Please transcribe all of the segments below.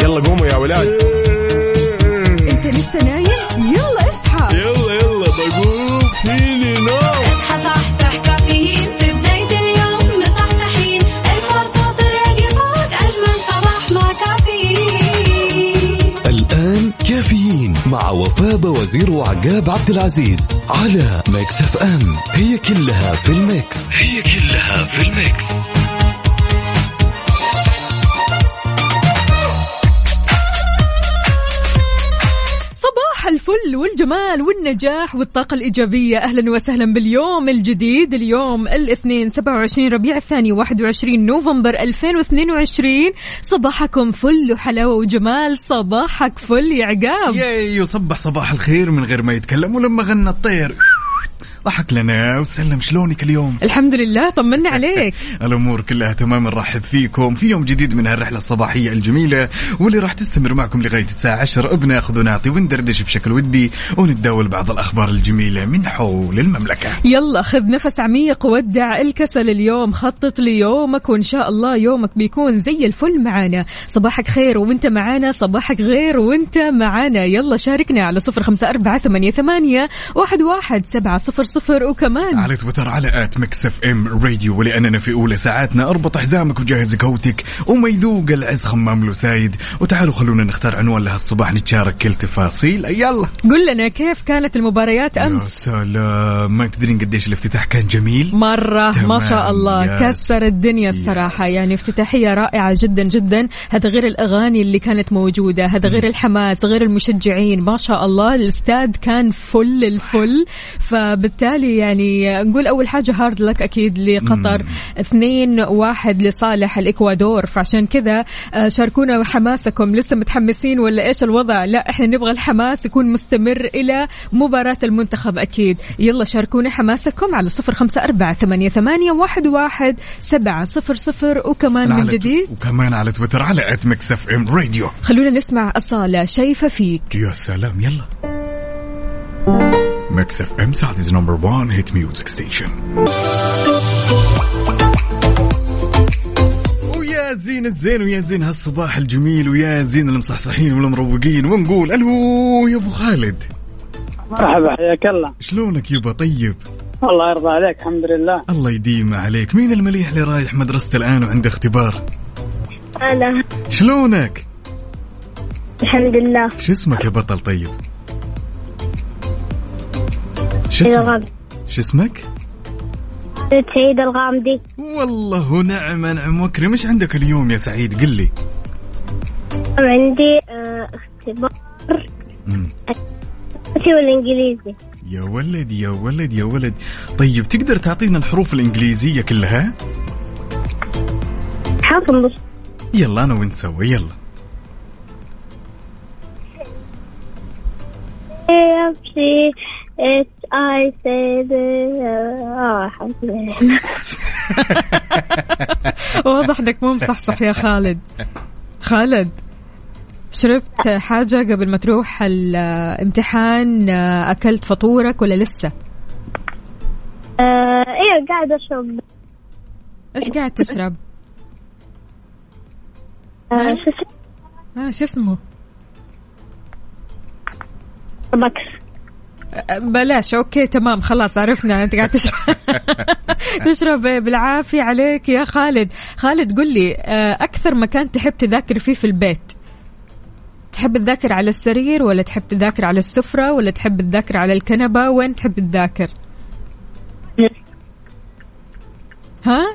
يلا قوموا يا ولاد. انت لسه نايم؟ يلا اصحى. يلا بقوم فيني نوم. اصحى صحصح كافيين في بداية اليوم مصحصحين. الفرصة تراقي فوق أجمل صباح مع كافيين. الآن كافيين مع وفاء وزير وعقاب عبد العزيز على ميكس اف ام. هي كلها في الميكس. الفل والجمال والنجاح والطاقة الإيجابية. أهلا وسهلا باليوم الجديد. اليوم الاثنين 27 ربيع الثاني 21 نوفمبر 2022. صباحكم فل وحلاوة وجمال. صباحك فل يا عقاب. يصبح صباح الخير من غير ما يتكلم. ولما غنى الطير ضحك لنا وسلم. شلونك اليوم؟ الحمد لله. طمنا عليك. الأمور كلها تمام. نرحب فيكم في يوم جديد من هالرحلة الصباحية الجميلة واللي راح تستمر معكم لغاية الساعة 10. بناخذ ونعطي وندردش بشكل ودي ونتداول بعض الأخبار الجميلة من حول المملكة. يلا خذ نفس عميق ودع الكسل اليوم. خطط ليومك وإن شاء الله يومك بيكون زي الفل معانا. صباحك خير وانت معانا. صباحك غير وانت معانا. يلا شاركنا على 0548811700 وكمان على تويتر على @mixfmradio. ولأننا في أولى ساعاتنا اربط حزامك وجهز قهوتك وما يذوق العز خمام له سايد. وتعالوا خلونا نختار عنوان لهالصباح نتشارك كل تفاصيل. يلا قل لنا كيف كانت المباريات أمس. يا سلام، ما تدرين قديش الافتتاح كان جميل مرة. ما شاء الله كسر الدنيا الصراحة. يعني افتتاحية رائعة جدا جدا. هذا غير الأغاني اللي كانت موجودة، هذا غير الحماس، غير المشجعين. ما شاء الله الاستاد كان فل الفل. فبالتالي يعني نقول أول حاجة هارد لك أكيد لقطر. 2-1 لصالح الإكوادور. فعشان كذا شاركونا حماسكم. لسه متحمسين ولا إيش الوضع؟ لا إحنا نبغى الحماس يكون مستمر إلى مباراة المنتخب أكيد. يلا شاركونا حماسكم على 0548811700 وكمان من جديد وكمان على تويتر على @mixfmradio. خلونا نسمع أصالة شايفة فيك. يا سلام. يلا Mix FM Saudi's number one hit music station. ويا زين الزين ويا زين هالصباح الجميل ويا زين المصحصحين والمروقين. ونقول ألو يا أبو خالد. مرحبا حياك الله. شلونك يبا؟ طيب الله يرضى عليك. الحمد لله. الله يديم عليك. مين المليح اللي رايح مدرسة الآن وعنده اختبار؟ أنا. شلونك؟ الحمد لله. شو اسمك يا بطل؟ طيب شو اسمك؟ سعيد الغامدي. والله نعم وكرم. مش عندك اليوم يا سعيد؟ قل لي. عندي اختبار والإنجليزي. يا ولد. طيب تقدر تعطينا الحروف الإنجليزية كلها؟ حافظ. يلا أنا وانت سوا. يلا I said واضح انك مو مصحصح يا خالد. شربت حاجة قبل ما تروح الامتحان؟ أكلت فطورك ولا لسه؟ ايه قاعد أشرب. ايش قاعد تشرب؟ شو اسمه؟ بكس. بلاش. اوكي تمام خلاص عرفنا انت قاعد تشرب بالعافية عليك يا خالد. قل لي اكثر مكان تحب تذاكر فيه في البيت؟ تحب تذاكر على السرير ولا تحب تذاكر على السفرة ولا تحب تذاكر على الكنبة؟ وين تحب تذاكر؟ ها؟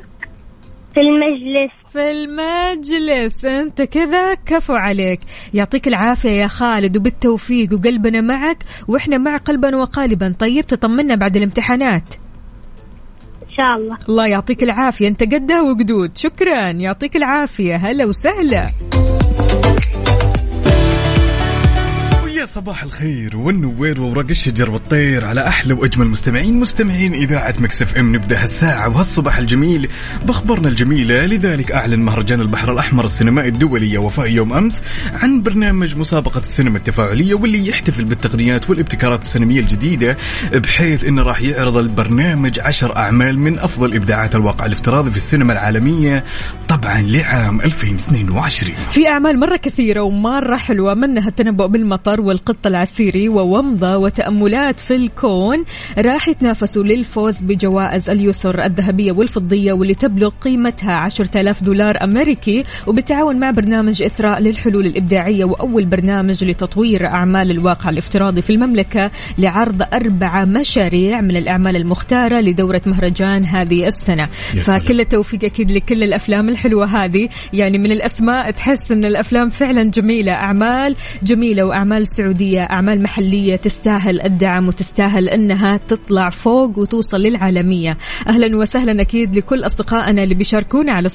في المجلس. انت كذا كفو عليك. يعطيك العافية يا خالد وبالتوفيق وقلبنا معك واحنا مع قلبا وقالبا. طيب تطمنا بعد الامتحانات ان شاء الله. الله يعطيك العافية. انت قدها وقدود. شكرا يعطيك العافية. هلا وسهلا. ويا صباح الخير والنوير وورق الشجر والطير على أحلى وأجمل مستمعين إذاعة مكس اف ام. نبدأ هالساعة وهالصباح الجميل بأخبارنا الجميلة. لذلك أعلن مهرجان البحر الأحمر السينمائي الدولي وفاء يوم أمس عن برنامج مسابقة السينما التفاعلية، واللي يحتفل بالتقنيات والابتكارات السينمائية الجديدة، بحيث إنه راح يعرض البرنامج 10 أعمال من أفضل إبداعات الواقع الافتراضي في السينما العالمية طبعا لعام 2022. في أعمال مرة كثيرة ومرة حلوة، منها التنبؤ بالمطر والقطة العسيري وومضة وتأملات في الكون، راح يتنافسوا للفوز بجوائز اليسر الذهبية والفضية واللي تبلغ قيمتها 10,000 دولار أمريكي، وبالتعاون مع برنامج إثراء للحلول الإبداعية وأول برنامج لتطوير أعمال الواقع الافتراضي في المملكة لعرض 4 مشاريع من الأعمال المختارة لدورة مهرجان هذه السنة. فكل التوفيق أكيد لكل الأفلام الحلوة هذه، يعني من الأسماء تحس أن الأفلام فعلا جميلة، أعمال جميلة وأعمال سعودية، أعمال محلية تستاهل الدعم وتستاهل أنها تطلع فوق وتوصل للعالمية. أهلا وسهلا أكيد لكل أصدقائنا اللي بيشاركونا على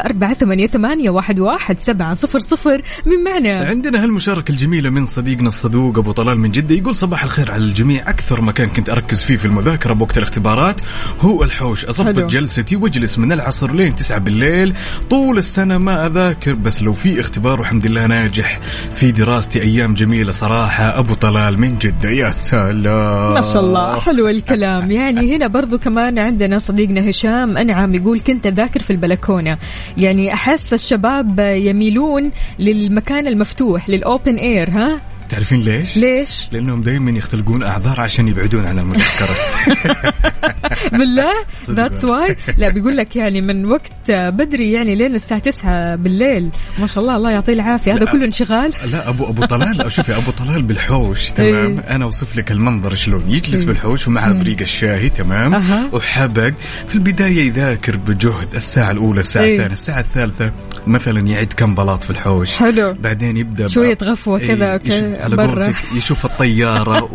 0548811700 من معنا. عندنا هالمشاركة الجميلة من صديقنا الصدوق أبو طلال من جدة، يقول صباح الخير على الجميع. أكثر مكان كنت أركز فيه في المذاكرة بوقت الاختبارات هو الحوش، أضبط جلستي واجلس من العصر لين 9 بالليل طول السنة ما أذاكر، بس لو في اختبار والحمد لله ناجح في دراستي. أيام جميلة صراحة. أبو طلال من جدة. يا سلام، ما شاء الله، حلو الكلام. يعني هنا برضو كمان عندنا صديقنا هشام أنعم يقول كنت أذاكر في البلكونة. يعني أحس الشباب يميلون للمكان المفتوح، للأوبن إير. ها تعرفين ليش؟ لأنهم دايما يختلقون أعذار عشان يبعدون عن المذاكرة. بالله that's why. لا بيقول لك يعني من وقت بدري، يعني لين الساعة 9 بالليل. ما شاء الله، الله يعطيه العافية. هذا كله انشغال. لا أبو طلال، شوفي أبو طلال بالحوش تمام. أنا أوصف لك المنظر شلون يجلس بالحوش ومعه بريق الشاهي تمام وحبق. في البداية يذاكر بجهد الساعة الأولى، الساعة الثانية، الساعة الثالثة مثلا يعد كم بلاط في الحوش. حلو. بعدين يبدأ شوية غفوة كذا على قولتك يشوف الطيارة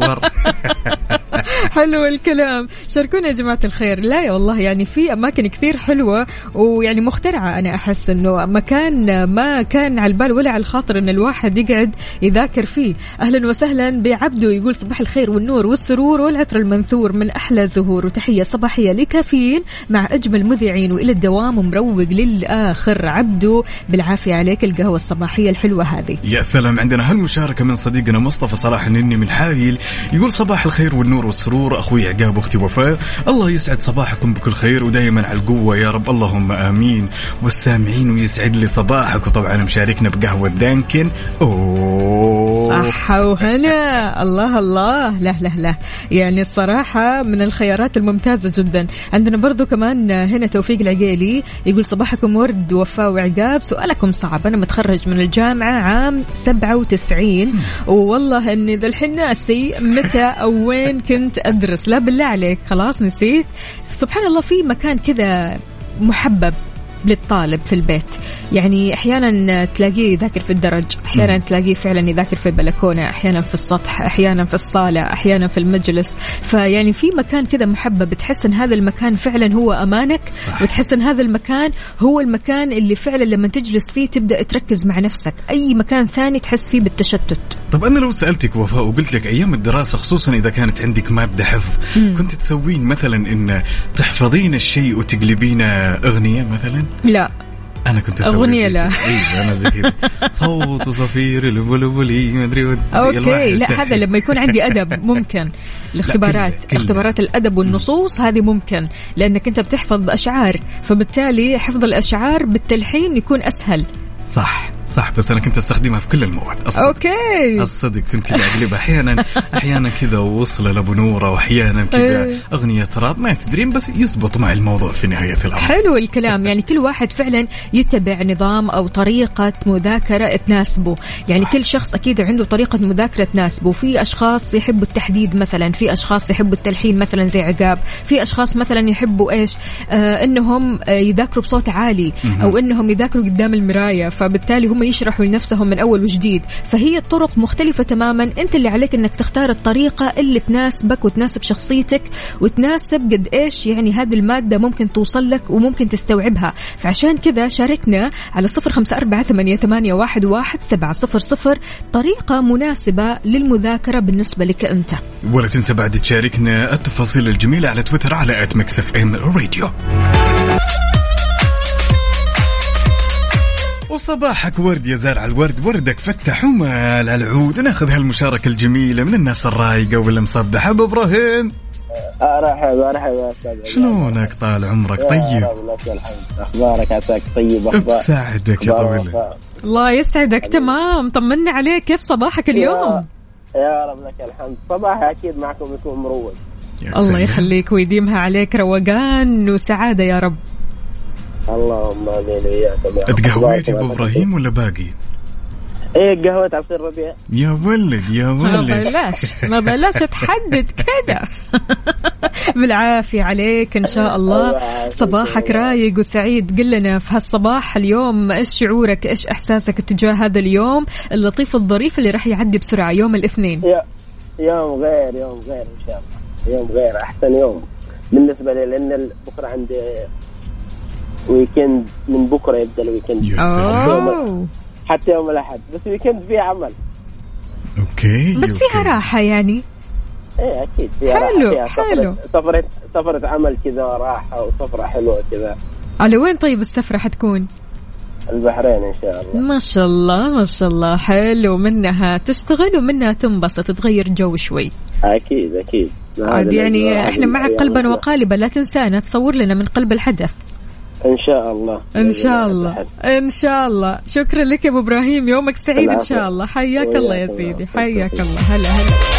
حلو الكلام. شاركونا يا جماعة الخير. لا والله يعني في أماكن كثير حلوة ويعني مخترعة. أنا أحس أنه مكان ما كان على البال ولا على الخاطر أن الواحد يقعد يذاكر فيه. أهلا وسهلا بعبده، يقول صباح الخير والنور والسرور والعطر المنثور من أحلى زهور، وتحية صباحية لكافيين مع أجمل مذيعين وإلى الدوام ومروق للآخر. عبده بالعافية عليك القهوة الصباحية الحلوة هذه. يا سلام. عندنا هالمشاركة من صديقنا مصطفى صلاح النني من حايل، يقول صباح الخير والنور والسرور أخوي عقاب واختي وفاء، الله يسعد صباحكم بكل خير ودايما على القوة يا رب، اللهم آمين. والسامعين ويسعد لي صباحك. وطبعا مشاركنا بقهوة دانكن. صح وهنا. الله الله. لا يعني الصراحة من الخيارات الممتازة جدا. عندنا برضو كمان هنا توفيق العقيلي يقول صباحكم ورد وفاء وعقاب، سؤالكم صعب. أنا متخرج من الجامعة عام 97 والله إني ذا الحين ناسي متى أو وين كنت أدرس. لا بالله عليك خلاص نسيت. سبحان الله، في مكان كذا محبب للطالب في البيت، يعني أحيانا تلاقيه يذاكر في الدرج، أحيانا تلاقيه فعلا يذاكر في البلكونة، أحيانا في السطح، أحيانا في الصالة، أحيانا في المجلس. فيعني في مكان كذا محبب، تحس أن هذا المكان فعلا هو أمانك. صح. وتحس أن هذا المكان هو المكان اللي فعلا لما تجلس فيه تبدأ تركز مع نفسك. أي مكان ثاني تحس فيه بالتشتت. طب أنا لو سألتك وفاء وقلت لك أيام الدراسة خصوصا إذا كانت عندك مادة حفظ، كنت تسوين مثلا إن تحفظين الشيء وتقلبين أغنية مثلا؟ لا أنا كنت أسوي أغنية. لا أنا زي كذا صوت صفير البلبلي ما أدري. أوكي لا هذا لما يكون عندي أدب ممكن. الاختبارات اختبارات الأدب والنصوص هذه ممكن، لأنك أنت بتحفظ أشعار، فبالتالي حفظ الأشعار بالتلحين يكون أسهل. صح بس أنا كنت أستخدمها في كل المواد. أوكي الصدق كنت كذا أقلبها أحيانا كذا وصل لأبو نورة، وأحيانا كذا أغنية تراب، ما تدرين بس يزبط مع الموضوع في نهاية الأمر. حلو الكلام. يعني كل واحد فعلا يتبع نظام أو طريقة مذاكرة تناسبه. يعني صح. كل شخص أكيد عنده طريقة مذاكرة تناسبه. في أشخاص يحبوا التحديد مثلا، في أشخاص يحبوا التلحين مثلا زي عقاب، في أشخاص مثلا يحبوا إنهم يذاكروا بصوت عالي أو إنهم يذاكروا قدام المراية، فبالتالي هم هم يشرحوا لنفسهم من أول وجديد. فهي الطرق مختلفة تماما، أنت اللي عليك أنك تختار الطريقة اللي تناسبك وتناسب شخصيتك وتناسب قد إيش يعني هذه المادة ممكن توصل لك وممكن تستوعبها. فعشان كذا شاركنا على 0548811700 طريقة مناسبة للمذاكرة بالنسبة لك أنت. ولا تنسى بعد تشاركنا التفاصيل الجميلة على تويتر على @mixfm radio. وصباحك ورد يا زارع الورد، وردك فتح ومال على العود. ناخذ هالمشاركة الجميلة من الناس الرايقة واللي مصبحة. أبو إبراهيم أرحب شلونك؟ طال عمرك طيب؟ أخبارك عساك طيب؟ بساعدك يا طويل. الله يسعدك. تمام، طمنا عليك، كيف صباحك اليوم؟ يا رب لك الحمد. صباحي أكيد معكم يكون مروج. الله يخليك ويديمها عليك روقان وسعادة يا رب. اللهم آمين وإياكم. اتقهويت يا أبو إبراهيم ولا باقي؟ ايه قهوة عصير ربيع. يا ولد يا ولد ما بلاش تحدد كده. بالعافية عليك إن شاء الله. صباحك رايق وسعيد. قل لنا في هالصباح اليوم إيش شعورك، إيش إحساسك تجاه هذا اليوم اللطيف الظريف اللي راح يعدي بسرعة، يوم الاثنين؟ يوم غير إن شاء الله، يوم غير أحسن يوم بالنسبة لي، لأن بكرة عندي ويكند، من بكرة يبدأ الويكند. حتى يوم الأحد، بس ويكند فيه عمل. أوكي بس فيها راحة يعني. إيه أكيد فيها حلو راحة، فيها سفرة عمل كذا راحة وسفرة حلوة كذا. على وين طيب السفرة حتكون؟ البحرين إن شاء الله. ما شاء الله ما شاء الله، حلو. منها تشتغل ومنها تنبسط، تغير جو شوي. أكيد يعني إحنا معك قلبا وقالبا، لا تنسانا تصور لنا من قلب الحدث. إن شاء الله إن شاء الله إن شاء الله. شكرا لك يا أبو إبراهيم، يومك سعيد إن شاء الله. حياك الله يا سيدي، حياك الله. هلا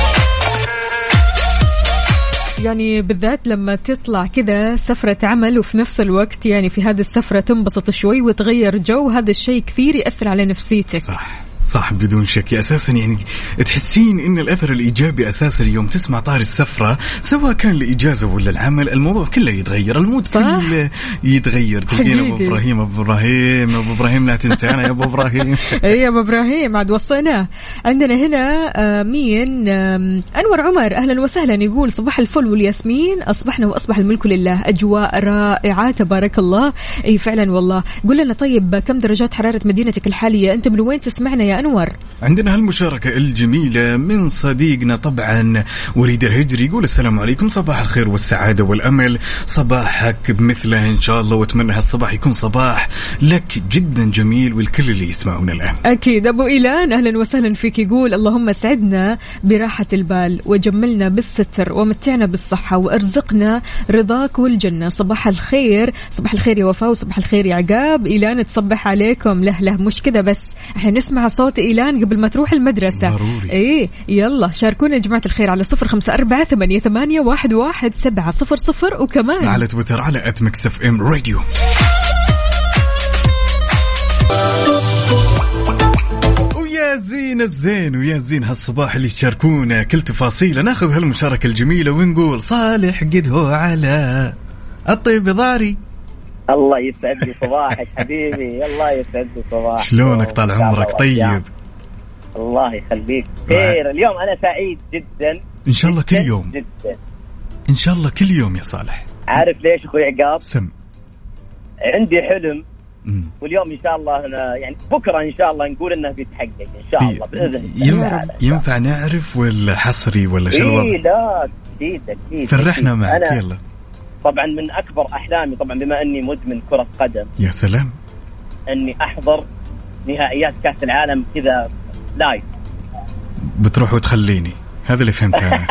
يعني بالذات لما تطلع كذا سفرة عمل وفي نفس الوقت يعني في هذه السفرة تنبسط شوي وتغير جو، هذا الشيء كثير يأثر على نفسيتك. صح بدون شك. أساسا يعني تحسين إن الأثر الإيجابي أساسا اليوم تسمع طار السفرة، سواء كان الإجازة ولا العمل، الموضوع كله يتغير، المود كله يتغير. تلقينا أبو إبراهيم لا تنسانا يا أبو إبراهيم. يا أبو إبراهيم عاد وصيناه. عندنا هنا مين؟ أنور عمر، أهلا وسهلا. يقول صباح الفل والياسمين، أصبحنا وأصبح الملك لله، أجواء رائعة تبارك الله. أي فعلا والله. قل لنا طيب كم درجات حرارة مدينتك الحالية؟ أنت من وين تسمعنا يا أنور؟ عندنا هالمشاركة الجميلة من صديقنا طبعا وليد الهجري. يقول السلام عليكم، صباح الخير والسعادة والأمل، صباحك بمثله إن شاء الله، واتمنى هالصباح يكون صباح لك جدا جميل والكل اللي يسمعون الآن. أكيد. أبو إيلان أهلا وسهلا فيك. يقول اللهم سعدنا براحة البال وجملنا بالستر ومتعنا بالصحة وأرزقنا رضاك والجنة. صباح الخير. صباح الخير يا وفاء وصباح الخير يا عقاب. إيلان تصبح عليكم. له مش كده بس، احنا نسمع صوت إيلان قبل ما تروح المدرسة. ضروري. إيه يلا شاركونا يا جماعة الخير على 0548811700 وكمان على تويتر على @mixfm radio. ويا زين الزين ويا زين هالصباح اللي تشاركونا كل تفاصيله. ناخذ هالمشاركة الجميلة ونقول صالح قد هو على الطيب ضاري. الله يسعد لي صباحك حبيبي، الله يسعد لي صباحك. شلونك طال عمرك؟ طيب الله يخليك خير. اليوم أنا سعيد جدا إن شاء الله كل يوم جدا إن شاء الله كل يوم يا صالح. عارف ليش أخوي عقاب؟ سم. عندي حلم واليوم إن شاء الله يعني بكرة إن شاء الله نقول إنه بيتحقق إن شاء الله بإذن الله. ينفع نعرف ولا حصري ولا شو الوضع؟ لا أكيد فرحنا معك. يلا. طبعا من أكبر أحلامي طبعا بما أني مدمن كرة قدم، يا سلام، أني أحضر نهائيات كأس العالم كذا لايف. بتروح وتخليني، هذا اللي فهمته أنا.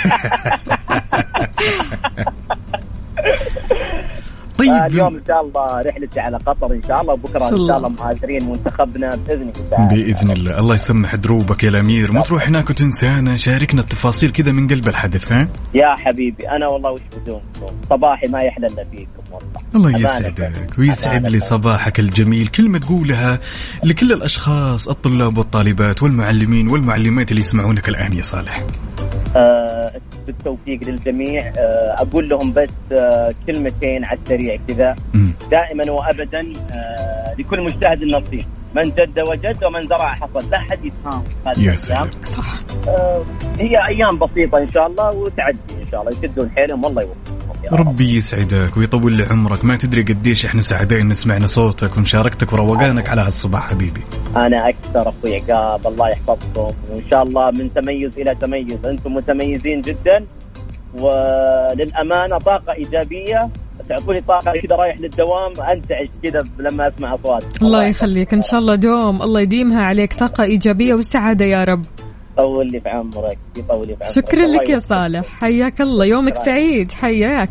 طيب اليوم إن شاء الله رحلتي على قطر إن شاء الله، وبكرة إن شاء الله مهاجرين منتخبنا بإذن الله. بإذن الله. الله يسمح دروبك يا الأمير، ما تروح هناك وتنسانا. شاركنا التفاصيل كذا من قلب الحدث. ها يا حبيبي أنا والله وش بدونكم، صباحي ما يحلى إلا فيكم والله. الله يسعدك ويسعد لي صباحك الجميل. كلمة تقولها لكل الأشخاص الطلاب والطالبات والمعلمين والمعلمات اللي يسمعونك الآن يا صالح. بالتوفيق للجميع. أقول لهم بس كلمتين على السريع كذا. دائما وأبدا لكل مجتهد النصيب. من جد وجد ومن زرع حصد، لا حد يتهاون هذه الأيام. صح. هي أيام بسيطة إن شاء الله وتعدي إن شاء الله، يشدون حيلهم والله يوفقهم. ربي يسعدك ويطول لي عمرك. ما تدري قديش احنا سعداء نسمعنا صوتك ومشاركتك وروقانك على هالصباح حبيبي. أنا أكثر أخوي عقاب، الله يحفظكم وإن شاء الله من تميز إلى تميز، أنتم متميزين جدا وللأمانة طاقة إيجابية، تعطوني طاقة كذا رايح للدوام أنتعش كذا لما أسمع أصوات. الله يخليك إن شاء الله دوم الله يديمها عليك طاقة إيجابية والسعادة يا رب. يطول لي في عمرك، يطول لي في عمرك. شكرا لك يا صالح، حياك الله، يومك سعيد، حياك.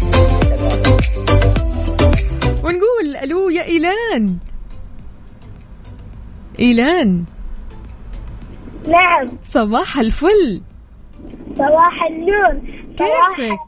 ونقول ألو يا إيلان. إيلان. نعم. صباح الفل. صباح النور. كيفك؟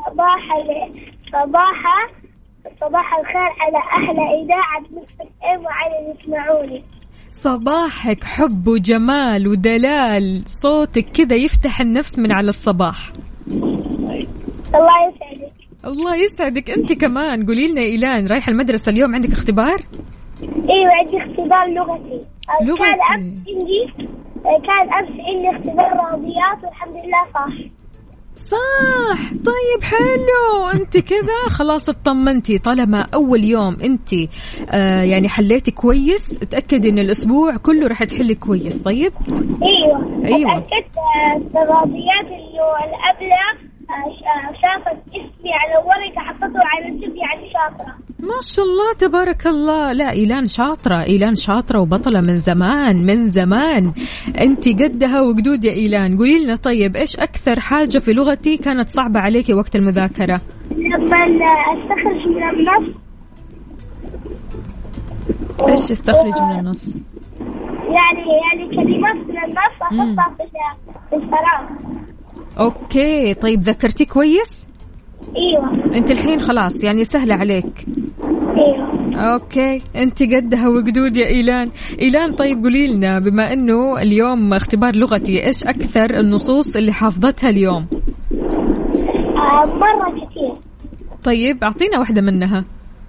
صباح الخير على أحلى إذاعة مكس FM وعلى اللي يسمعوني. صباحك حب وجمال ودلال، صوتك كذا يفتح النفس من على الصباح. الله يسعدك. الله يسعدك أنت كمان. قولي لنا إيلان، رايحة المدرسة اليوم، عندك اختبار؟ ايوه عندي اختبار لغتي. كان امس عندي اختبار رياضيات والحمد لله صح. طيب حلو، انت كذا خلاص اطمنتي. طالما اول يوم انت يعني حليتي كويس، تأكدي ان الاسبوع كله راح تحلي كويس. طيب ايوه تأكدت الرياضيات اللي قبلها شافت اسمي على ورقة حطته على الجنب، يعني شاطرة ما شاء الله تبارك الله. لا إيلان شاطرة، إيلان شاطرة وبطلة من زمان من زمان. أنت قدها وقدود يا إيلان. قولي لنا طيب، إيش أكثر حاجة في لغتي كانت صعبة عليكي وقت المذاكرة؟ لما أستخرج من النص. إيش استخرج من النص؟ يعني كلمات من النص أحطها في الفراغ. أوكي طيب ذكرتي كويس؟ ايوه. انت الحين خلاص يعني سهلة عليك. ايوه. اوكي انت قدها وقدود يا إيلان. إيلان طيب قولي لنا، بما انه اليوم اختبار لغتي، ايش اكثر النصوص اللي حافظتها اليوم؟ مرة كثير. طيب اعطينا واحدة منها.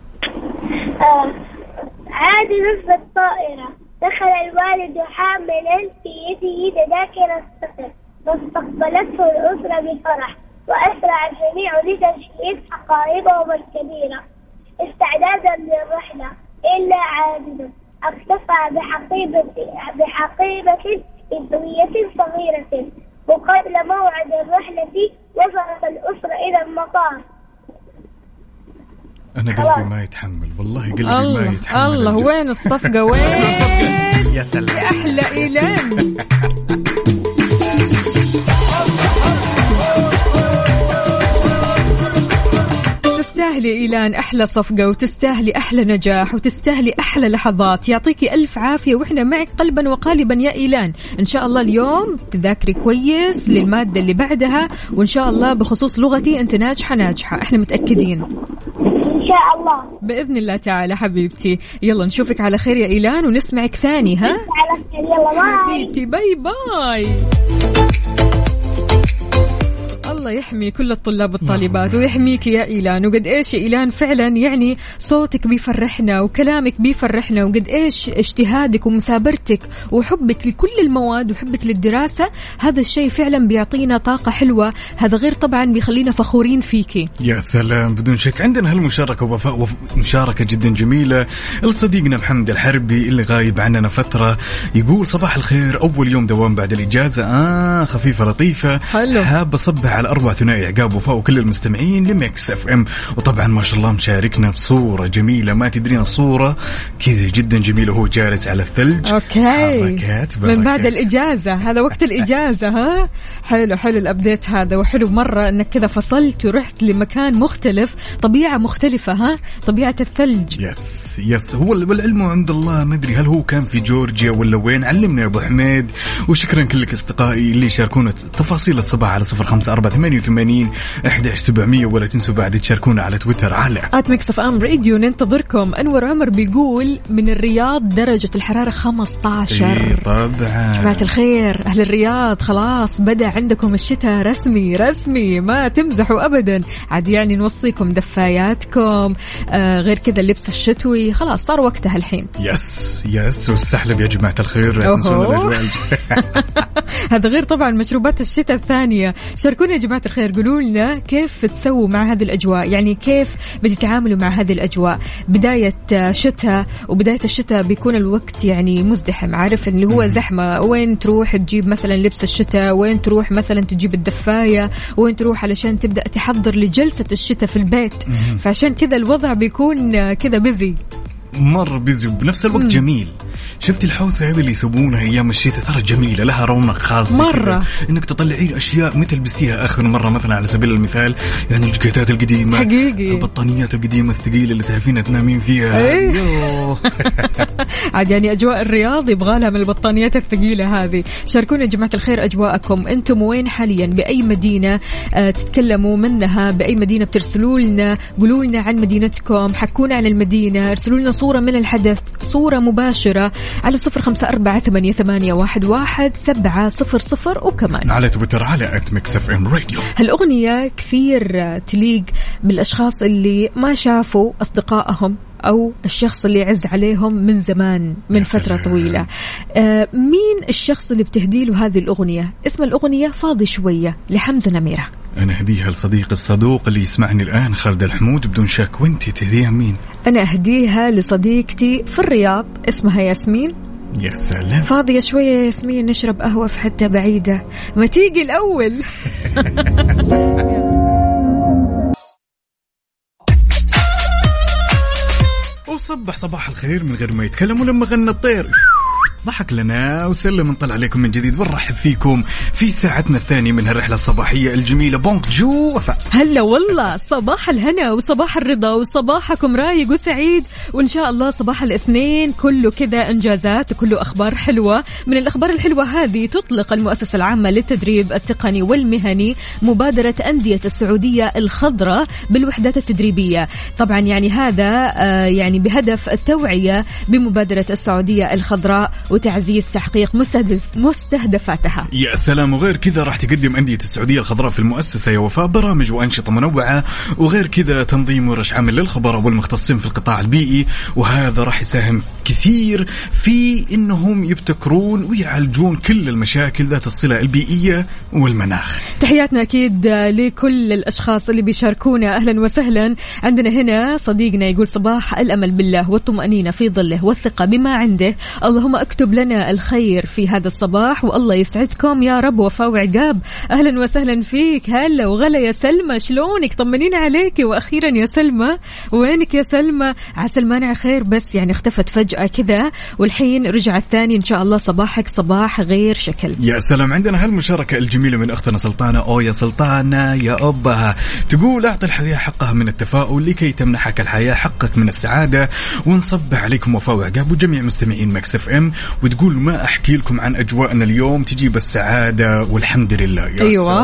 عادي نصب الطائرة، دخل الوالد حاملا في يده تذاكر السفر، فاستقبلته الأسرة بفرح، وأسرع الجميع لتجهيز حقائبهم الكبيرة استعدادا للرحلة، إلا عابد اكتفى بحقيبة إدوية صغيرة، وقبل موعد الرحلة وصلت الأسرة إلى المطار. أنا قلبي ما يتحمل، والله قلبي ما يتحمل. الله وين الصفقة وين؟ يا سلام يا أحلى إيلان. تستاهلي إيلان أحلى صفقة، وتستاهلي أحلى نجاح، وتستاهلي أحلى لحظات. يعطيكي ألف عافية وإحنا معك قلبا وقالبا يا إيلان. إن شاء الله اليوم تذاكري كويس للمادة اللي بعدها، وإن شاء الله بخصوص لغتي أنت ناجحة، إحنا متأكدين إن شاء الله بإذن الله تعالى. حبيبتي يلا نشوفك على خير يا إيلان ونسمعك ثاني. ها على خير، يلا باي حبيبتي، باي باي. الله يحمي كل الطلاب والطالبات ويحميك يا إيلان. وقد إيش يا إيلان فعلا يعني صوتك بيفرحنا وكلامك بيفرحنا، وقد إيش اجتهادك ومثابرتك وحبك لكل المواد وحبك للدراسة، هذا الشيء فعلا بيعطينا طاقة حلوة. هذا غير طبعا بيخلينا فخورين فيكي. يا سلام بدون شك. عندنا هالمشاركة ووفاء، مشاركة جدا جميلة لصديقنا محمد الحربي اللي غايب عننا فترة. يقول صباح الخير، أول يوم دوام بعد الإجازة، خفيفة لطيفة. حلو. حاب أصبح على أربع ثنائي عقاب وفاء وكل المستمعين لميكس اف ام. وطبعا ما شاء الله مشاركنا بصورة جميلة، ما تدرين الصورة كذا جدا جميلة وهو جالس على الثلج. اوكي بركات. من بعد الإجازة، هذا وقت الإجازة. ها حلو الأبديت هذا، وحلو مرة انك كذا فصلت ورحت لمكان مختلف، طبيعة مختلفة. ها طبيعة الثلج. يس هو والعلم عند الله. ما ادري هل هو كان في جورجيا ولا وين، علمنا يا ابو حميد. وشكرا كل اصدقائي اللي يشاركونا تفاصيل الصباح على 0548 88 11700. ولا تنسوا بعد تشاركونا على تويتر على @mixfm.radio. ننتظركم. أنور عمر بيقول من الرياض درجة الحرارة 15. إيه طبعا جماعة الخير أهل الرياض خلاص بدأ عندكم الشتاء رسمي ما تمزحوا أبدا عاد، يعني نوصيكم دفاياتكم غير كذا اللبس الشتوي خلاص صار وقتها الحين. يس والسحلب يا جماعة الخير لا تنسونا. هذا غير طبعا مشروبات الشتاء الثانية. شاركونا يا جماعة الخير، قولوا لنا كيف تسووا مع هذه الأجواء، يعني كيف بتتعاملوا مع هذه الأجواء. بداية شتاء، وبداية الشتاء بيكون الوقت يعني مزدحم، عارف اللي هو زحمة، وين تروح تجيب مثلا لبس الشتاء، وين تروح مثلا تجيب الدفاية، وين تروح علشان تبدأ تحضر لجلسة الشتاء في البيت. فعشان كذا الوضع بيكون كذا بيزي، مرة بيزي وبنفس الوقت جميل. شفت الحوسة هذه اللي يسوونها أيام الشتاء ترى جميلة، لها رونق خاص مرة، إنك تطلعين أشياء متى لبستيها آخر مرة. مثلا على سبيل المثال يعني الجاكيتات القديمة حقيقي، البطانيات القديمة الثقيلة اللي تعرفين تنامين فيها. عاد يعني أجواء الرياض يبغالها من البطانيات الثقيلة هذه. شاركونا يا جماعة الخير أجواءكم، أنتم وين حاليا، بأي مدينة تتكلموا منها، بأي مدينة بترسلوا لنا، قولوا لنا عن مدينتكم، حكونا عن المدينة، ارسلوا لنا صورة من الحدث، صورة مباشرة على 0548811700 وكمان على تويتر على @mixfmradio. هالأغنية كثير تليق بالأشخاص اللي ما شافوا أصدقائهم أو الشخص اللي يعز عليهم من زمان، من فترة طويلة. مين الشخص اللي بتهدي له هذه الأغنية؟ اسم الأغنية فاضي شوية لحمزة نميرة. أنا أهديها لصديق الصدوق اللي يسمعني الآن خالد الحمود بدون شك. وانتي تهديها مين؟ أنا أهديها لصديقتي في الرياض اسمها ياسمين. يا سلام، فاضية شوية ياسمين نشرب قهوة في حتة بعيدة، ما تيجي الأول. وصبح صباح الخير من غير ما يتكلم، ولما غنى الطير ضحك لنا وسلم. نطلع عليكم من جديد ونرحب فيكم في ساعتنا الثانية من هالرحلة الصباحية الجميلة. بونك جو هلا والله، صباح الهنا وصباح الرضا وصباحكم رايق وسعيد، وإن شاء الله صباح الاثنين كله كذا إنجازات وكله أخبار حلوة. من الأخبار الحلوة هذه تطلق المؤسسة العامة للتدريب التقني والمهني مبادرة أندية السعودية الخضراء بالوحدات التدريبية. طبعا يعني هذا يعني بهدف التوعية بمبادرة السعودية الخضراء وتعزيز تحقيق مستهدفاتها. يا سلام، وغير كذا راح تقدم أندية السعودية الخضراء في المؤسسة يا وفاء برامج وأنشطة منوعة، وغير كذا تنظيم ورش عمل للخبراء والمختصين في القطاع البيئي، وهذا راح يساهم كثير في إنهم يبتكرون ويعالجون كل المشاكل ذات الصلة البيئية والمناخ. تحياتنا أكيد لكل الأشخاص اللي بيشاركونا، أهلا وسهلا. عندنا هنا صديقنا يقول صباح الأمل بالله والطمأنينة في ظله والثقة بما عنده، اللهم اكتب لنا الخير في هذا الصباح والله يسعدكم يا رب. وفاء وعقاب أهلا وسهلا فيك. هلا وغلا يا سلمى، شلونك؟ طمنين عليك. وأخيرا يا سلمى، وينك يا سلمى؟ عسى المانع خير، بس يعني اختفت فجأة كذا والحين رجعت ثاني. إن شاء الله صباحك صباح غير شكل. يا سلام، عندنا هالمشاركة الجميلة من أختنا سلطانة. أو يا سلطانة يا أبها، تقول أعطي الحياة حقها من التفاؤل لكي تمنحك الحياة حقك من السعادة. ونصبح عليكم وفاء وعقاب وجميع مستمعين مكس اف ام، وتقول ما أحكي لكم عن أجواءنا اليوم تجيب السعادة والحمد لله. أيوة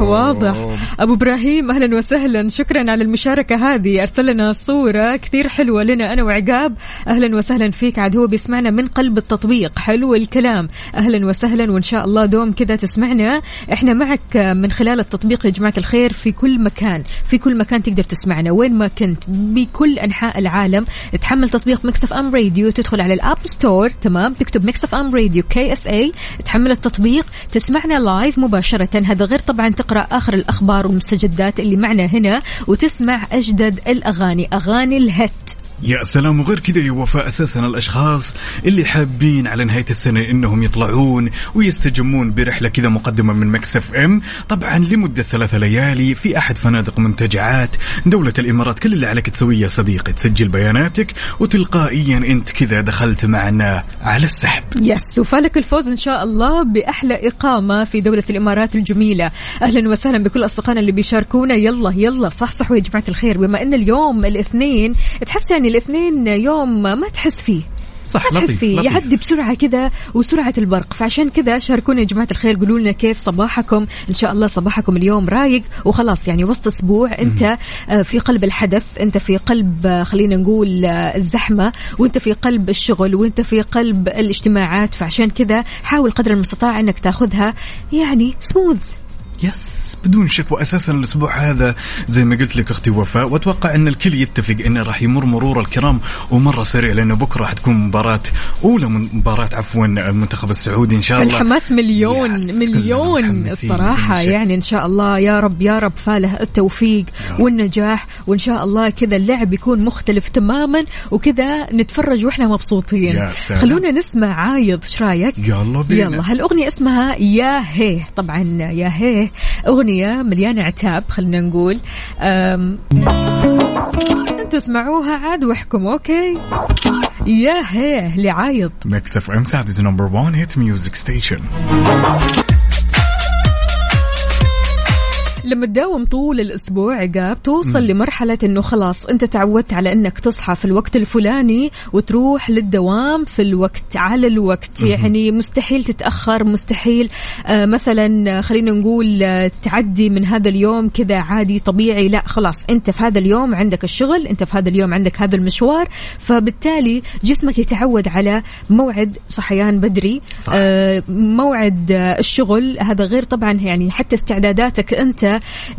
واضح. أبو إبراهيم أهلا وسهلا، شكرا على المشاركة هذه، أرسل لنا صورة كثير حلوة لنا أنا وعقاب. أهلا وسهلا فيك، عاد هو بيسمعنا من قلب التطبيق. حلو الكلام، أهلا وسهلا، وإن شاء الله دوم كذا تسمعنا. إحنا معك من خلال التطبيق يا جماعة الخير في كل مكان، في كل مكان تقدر تسمعنا وين ما كنت بكل أنحاء العالم. تحمل تطبيق ميكس اف ام راديو، تدخل على الاب ستور، تمام، تكتب ميكس اف ام راديو KSA، تحمل التطبيق تسمعنا لايف مباشرة. هذا غير طبعا تقرأ آخر الأخبار والمستجدات اللي معنا هنا، وتسمع أجدد الأغاني، أغاني الهت. يا سلام، وغير كذا يا وفاء أساسا الأشخاص اللي حابين على نهاية السنة إنهم يطلعون ويستجمون برحلة كذا مقدمة من مكس اف ام، طبعا لمدة 3 ليالي في أحد فنادق منتجعات دولة الإمارات. كل اللي عليك تسويه يا صديقي تسجل بياناتك وتلقائيا أنت كذا دخلت معنا على السحب. يس، وفالك الفوز إن شاء الله بأحلى إقامة في دولة الإمارات الجميلة. أهلا وسهلا بكل أصدقائنا اللي بيشاركونا. يلا صحصحوا يا جماعة الخير، بما أن اليوم الاثنين تحس يعني الاثنين يوم ما تحس فيه صح، ما تحس لطيف فيه، لطيف. يعدي بسرعة كذا وسرعة البرق. فعشان كذا شاركونا يا جماعة الخير، قولوا لنا كيف صباحكم. إن شاء الله صباحكم اليوم رايق وخلاص، يعني وسط أسبوع أنت في قلب الحدث، أنت في قلب خلينا نقول الزحمة، وأنت في قلب الشغل، وأنت في قلب الاجتماعات. فعشان كذا حاول قدر المستطاع أنك تاخذها يعني سموث. يس، بدون شك. وأساسا الأسبوع هذا زي ما قلت لك أختي وفاء، وأتوقع أن الكل يتفق أنه راح يمر مرور الكرام ومرة سريع، لأنه بكرة راح تكون مباراة المنتخب السعودي إن شاء الله. الحماس مليون الصراحة، يعني إن شاء الله يا رب فاله التوفيق والنجاح، وإن شاء الله كذا اللعب يكون مختلف تماما، وكذا نتفرج وإحنا مبسوطين. خلونا نسمع عايض، إيش رأيك؟ يلا بينا. يلا، هالأغنية اسمها يا هيه. طبعا يا هيه أغنية مليانة عتاب، خلينا نقول أنتوا اسمعوها عاد واحكموا. أوكي، يا هيه لعايض. ميكس اف ام سعد نمبر 1 هيت ميوزك ستيشن. لما تداوم طول الأسبوع عقاب توصل لمرحلة أنه خلاص أنت تعودت على أنك تصحى في الوقت الفلاني وتروح للدوام في الوقت على الوقت. يعني مستحيل تتأخر، مستحيل مثلا خلينا نقول تعدي من هذا اليوم كذا عادي طبيعي. لا، خلاص أنت في هذا اليوم عندك الشغل، أنت في هذا اليوم عندك هذا المشوار، فبالتالي جسمك يتعود على موعد صحيان بدري. موعد الشغل هذا غير طبعا يعني حتى استعداداتك أنت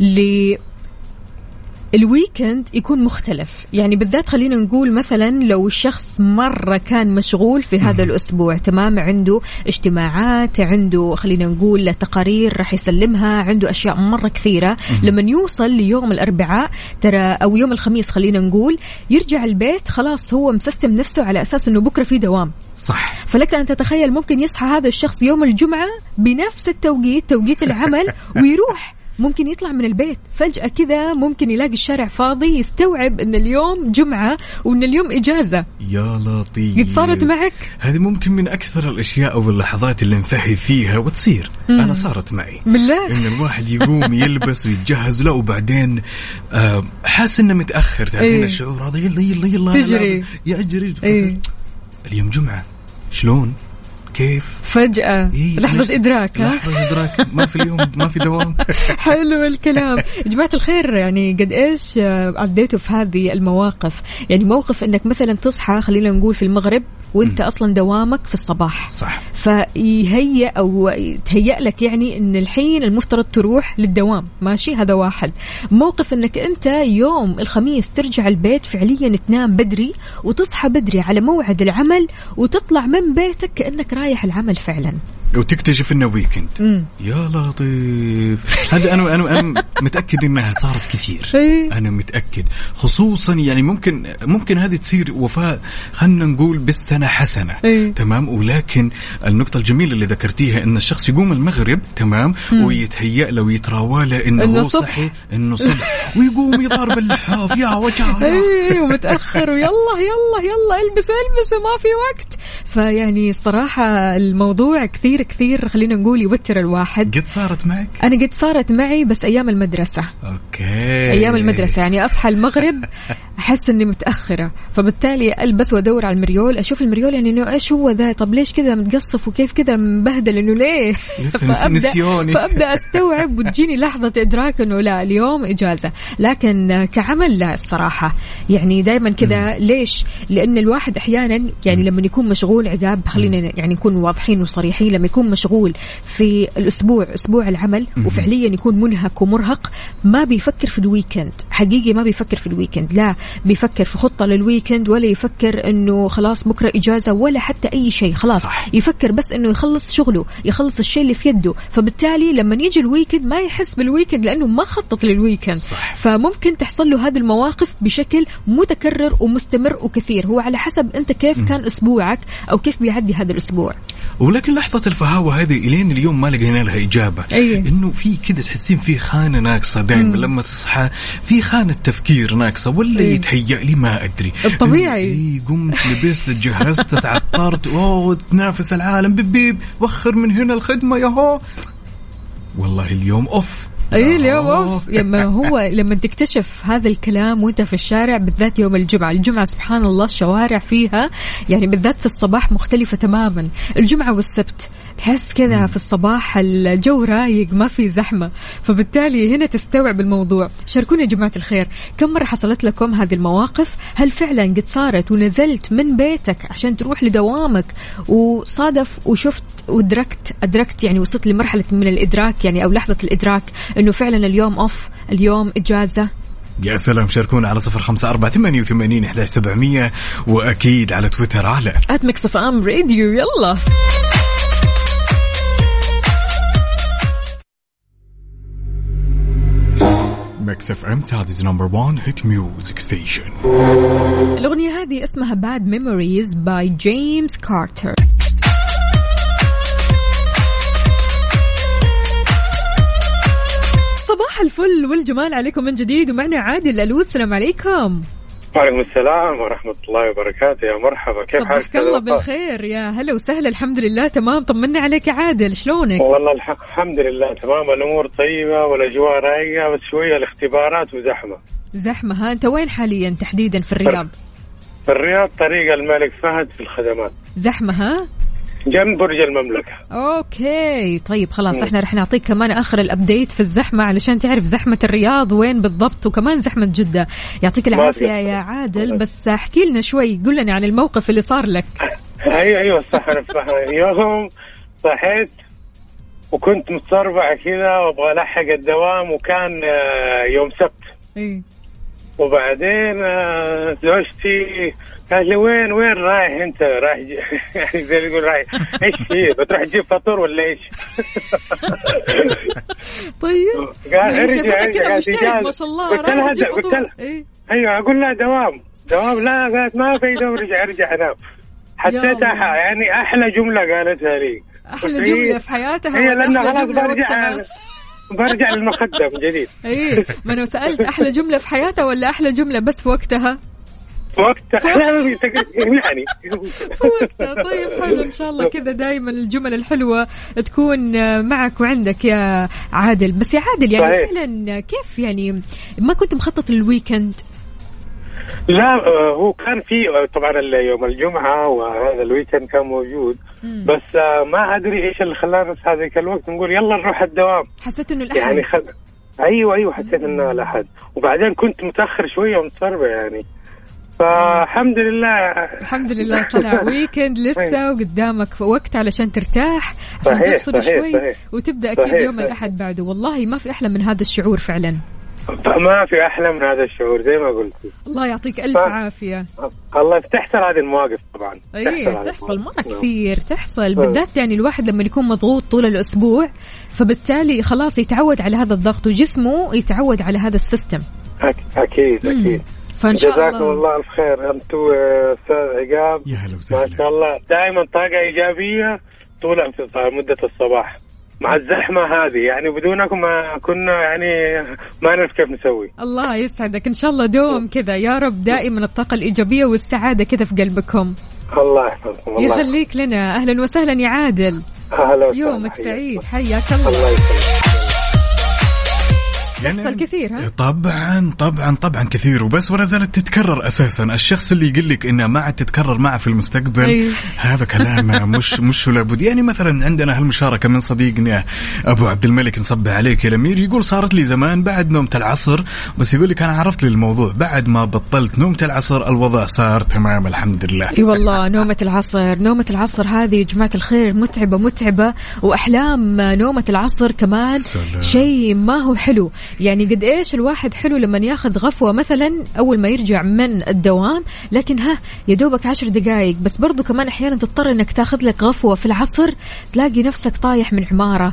الويكند يكون مختلف. يعني بالذات خلينا نقول مثلا لو الشخص مرة كان مشغول في هذا الأسبوع، تمام، عنده اجتماعات، عنده خلينا نقول تقارير رح يسلمها، عنده أشياء مرة كثيرة. لما يوصل ليوم الأربعاء ترى أو يوم الخميس خلينا نقول، يرجع البيت خلاص هو مسستم نفسه على أساس أنه بكرة في دوام. صح. فلك أن تتخيل ممكن يصحى هذا الشخص يوم الجمعة بنفس التوقيت، توقيت العمل، ويروح ممكن يطلع من البيت فجأة كذا، ممكن يلاقي الشارع فاضي، يستوعب أن اليوم جمعة وأن اليوم إجازة. يا لطيف، قد صارت معك؟ هذه ممكن من أكثر الأشياء واللحظات اللي نفهي فيها وتصير. أنا صارت معي بالله، إن الواحد يقوم يلبس ويتجهز له وبعدين حاس إنه متأخر. تعرفين الشعور هذا، يلا تجري يا أجري. اليوم جمعة، شلون كيف فجأة لحظة إدراك. لحظة إدراك، ما في اليوم ما في دوام. حلو الكلام. جماعة الخير، يعني قد إيش عديتوا في هذه المواقف؟ يعني موقف إنك مثلا تصحى خلينا نقول في المغرب وإنت أصلا دوامك في الصباح. صح. فيهيأ أو تهيأ لك يعني إن الحين المفترض تروح للدوام، ماشي، هذا واحد. موقف إنك أنت يوم الخميس ترجع البيت فعليا تنام بدري وتصحى بدري على موعد العمل وتطلع من بيتك كأنك رايح العمل فعلا، وتكتشف انه ويكند. يا لطيف. هذا انا متاكد انها صارت كثير. انا متاكد، خصوصا يعني ممكن هذه تصير وفاء خلينا نقول بالسنه حسنه. تمام. ولكن النقطه الجميله اللي ذكرتيها ان الشخص يقوم المغرب، تمام، ويتهيأ له ويتراوى له انه هو صحي، انه صبح، ويقوم يضرب اللحاف يا وجع ومتاخر، ويلا يلا يلا البسوا ما في وقت. فيعني الصراحه الموضوع كثير خلينا نقول يوتر الواحد. قد صارت معك؟ أنا قد صارت معي بس أيام المدرسة. أوكي. أيام المدرسة يعني أصحى المغرب أحس إني متأخرة، فبالتالي ألبس وأدور على المريول، أشوف المريول يعني إنه إيش هو ذا، طب ليش كذا متقصف وكيف كذا مبهدل، إنه ليه؟ فأبدأ أستوعب وتجيني لحظة إدراك إنه لا، اليوم إجازة. لكن كعمل لا الصراحة، يعني دايما كذا. ليش؟ لأن الواحد أحيانا يعني لما يكون مشغول عقاب، خلينا يعني نكون واضحين وصريحين، لما يكون مشغول في الأسبوع أسبوع العمل وفعليا يكون منهك ومرهق، ما بيفكر في الويكند حقيقي، ما بيفكر في الويكند، لا بيفكر في خطة للويكند، ولا يفكر إنه خلاص بكرة إجازة ولا حتى أي شيء. خلاص صح. يفكر بس إنه يخلص شغله، يخلص الشيء اللي في يده. فبالتالي لما يجي الويكند ما يحس بالويكند لأنه ما خطط للويكند. صح. فممكن تحصل له هذه المواقف بشكل متكرر ومستمر وكثير، هو على حسب أنت كيف كان أسبوعك أو كيف بيعدي هذا الأسبوع. ولكن لحظة الفهاوة هذه إلين اليوم ما لقينا لها إجابة. إنه في كده تحسين في خانة ناقصة دائما لما تصحى، في خانة تفكير ناقصة، ولا يتهيأ لي ما أدري. الطبيعي قمت لبست جهزت تعطرت تنافس العالم بيب وخر من هنا الخدمة ياهو، والله اليوم أوف اي اليوم اوف. لما هو لما تكتشف هذا الكلام وانت في الشارع بالذات يوم الجمعة سبحان الله الشوارع فيها يعني بالذات في الصباح مختلفة تماما. الجمعة والسبت تحس كذا في الصباح الجو رايق ما في زحمة، فبالتالي هنا تستوعب الموضوع. شاركونا يا جماعة الخير، كم مرة حصلت لكم هذه المواقف؟ هل فعلا قد صارت ونزلت من بيتك عشان تروح لدوامك وصادف وشفت أدركت يعني وصلت لمرحلة من الإدراك يعني أو لحظة الإدراك إنه فعلا اليوم أوف، اليوم إجازة؟ يا سلام، شاركونا على 0548811700 وأكيد على تويتر على @mixfm.radio. يلا Mix FM Saudi's number 1 hit music station. الأغنية هذه اسمها Bad Memories by James Carter. صباح الفل والجمال عليكم من جديد، ومعنا عادل. ألو السلام عليكم. وعليكم السلام ورحمة الله وبركاته. يا مرحبا، كيف حالك؟ صباحك الله بالخير، يا هلا وسهلا. الحمد لله تمام، طمنا عليك يا عادل، شلونك؟ والله الحمد لله تمام، الأمور طيبة والأجواء رايقة، بس شوية الاختبارات وزحمة. زحمة ها؟ أنت وين حاليا تحديدا في الرياض؟ في الرياض طريق الملك فهد في الخدمات. زحمة ها؟ جنب برج المملكة. اوكي طيب خلاص احنا رح نعطيك كمان اخر الابديت في الزحمة علشان تعرف زحمة الرياض وين بالضبط، وكمان زحمة جدة. يعطيك العافية يا عادل، بس احكي لنا شوي، قل لنا عن الموقف اللي صار لك. ايوه صح. يوم صحيت وكنت متصربع كذا وابغى الحق الدوام، وكان يوم سبت. وبعدين زوجتي قال لي وين رايح انت؟ رايح يعني زي اللي يقول رايح ايش فيه؟ بتروح تجيب فطور ولا ايش؟ طيب قال ارجع كذا مشترك ما شاء الله. قلت لها ايوه اقول لها دوام. لا قالت ما في دوام، ارجع انام. حسيتها يعني احلى جملة قالتها لي، احلى جملة في حياتها. هي لانه خلاص برجع للمخدة من جديد. ايه ما انا سألت احلى جملة في حياتها ولا احلى جملة بس في وقتها؟ يعني في وقتها. طيب حلو، ان شاء الله كذا دائما الجمل الحلوة تكون معك وعندك يا عادل. بس يا عادل يعني صحيح. فعلا كيف يعني ما كنت مخطط الويكند؟ لا هو كان في طبعا يوم الجمعة وهذا الويكند كان موجود، بس ما أدري إيش اللي خلانا بس هذاك الوقت نقول يلا نروح الدوام. حسيت إنه الأحد يعني أيوة حسيت إنه الأحد، وبعدين كنت متأخر شوية ومتسربة يعني، فالحمد لله طلع ويكند لسه وقدامك وقت علشان ترتاح عشان تفصل شوي وتبدأ أكيد يوم الأحد بعده. والله ما في أحلى من هذا الشعور فعلا، ما في أحلى من هذا الشعور زي ما قلت. الله يعطيك ألف عافية. الله تحصل هذه المواقف طبعا. تحصل مرة كثير تحصل، بالذات يعني الواحد لما يكون مضغوط طول الأسبوع فبالتالي خلاص يتعود على هذا الضغط وجسمه يتعود على هذا السيستم. أكيد. فإن شاء الله جزاكم الله الخير أنتوا أستاذ عقاب، ما شاء الله دائما طاقة إيجابية طول مدة الصباح مع الزحمة هذه، يعني بدونكم ما كنا يعني ما نعرف كيف نسوي. الله يسعدك، إن شاء الله دوم كذا يا رب، دائما الطاقة الإيجابية والسعادة كذا في قلبكم. الله يحفظكم. يخليك لنا. أهلا وسهلا يا عادل. أهلا وسهلا، يومك سعيد، حياك الله. الله يسلمك. يحصل كثير ها؟ طبعا كثير، وبس ولا زالت تتكرر اساسا. الشخص اللي يقول لك انها ما عاد تتكرر معه في المستقبل هذا كلامه مش لابد. يعني مثلا عندنا هالمشاركه من صديقنا ابو عبد الملك، نصبح عليك يا الامير، يقول صارت لي زمان بعد نومة العصر، بس يقول لك انا عرفت لي الموضوع بعد ما بطلت نومة العصر الوضع صار تمام الحمد لله. اي والله نومة العصر هذه يا جماعة الخير متعبة، واحلام نومة العصر كمان شيء ما هو حلو. يعني قد إيش الواحد حلو لما ياخذ غفوة مثلا أول ما يرجع من الدوام، لكن يدوبك 10 دقائق بس. برضو كمان أحيانا تضطر إنك تاخذ لك غفوة في العصر، تلاقي نفسك طايح من عمارة،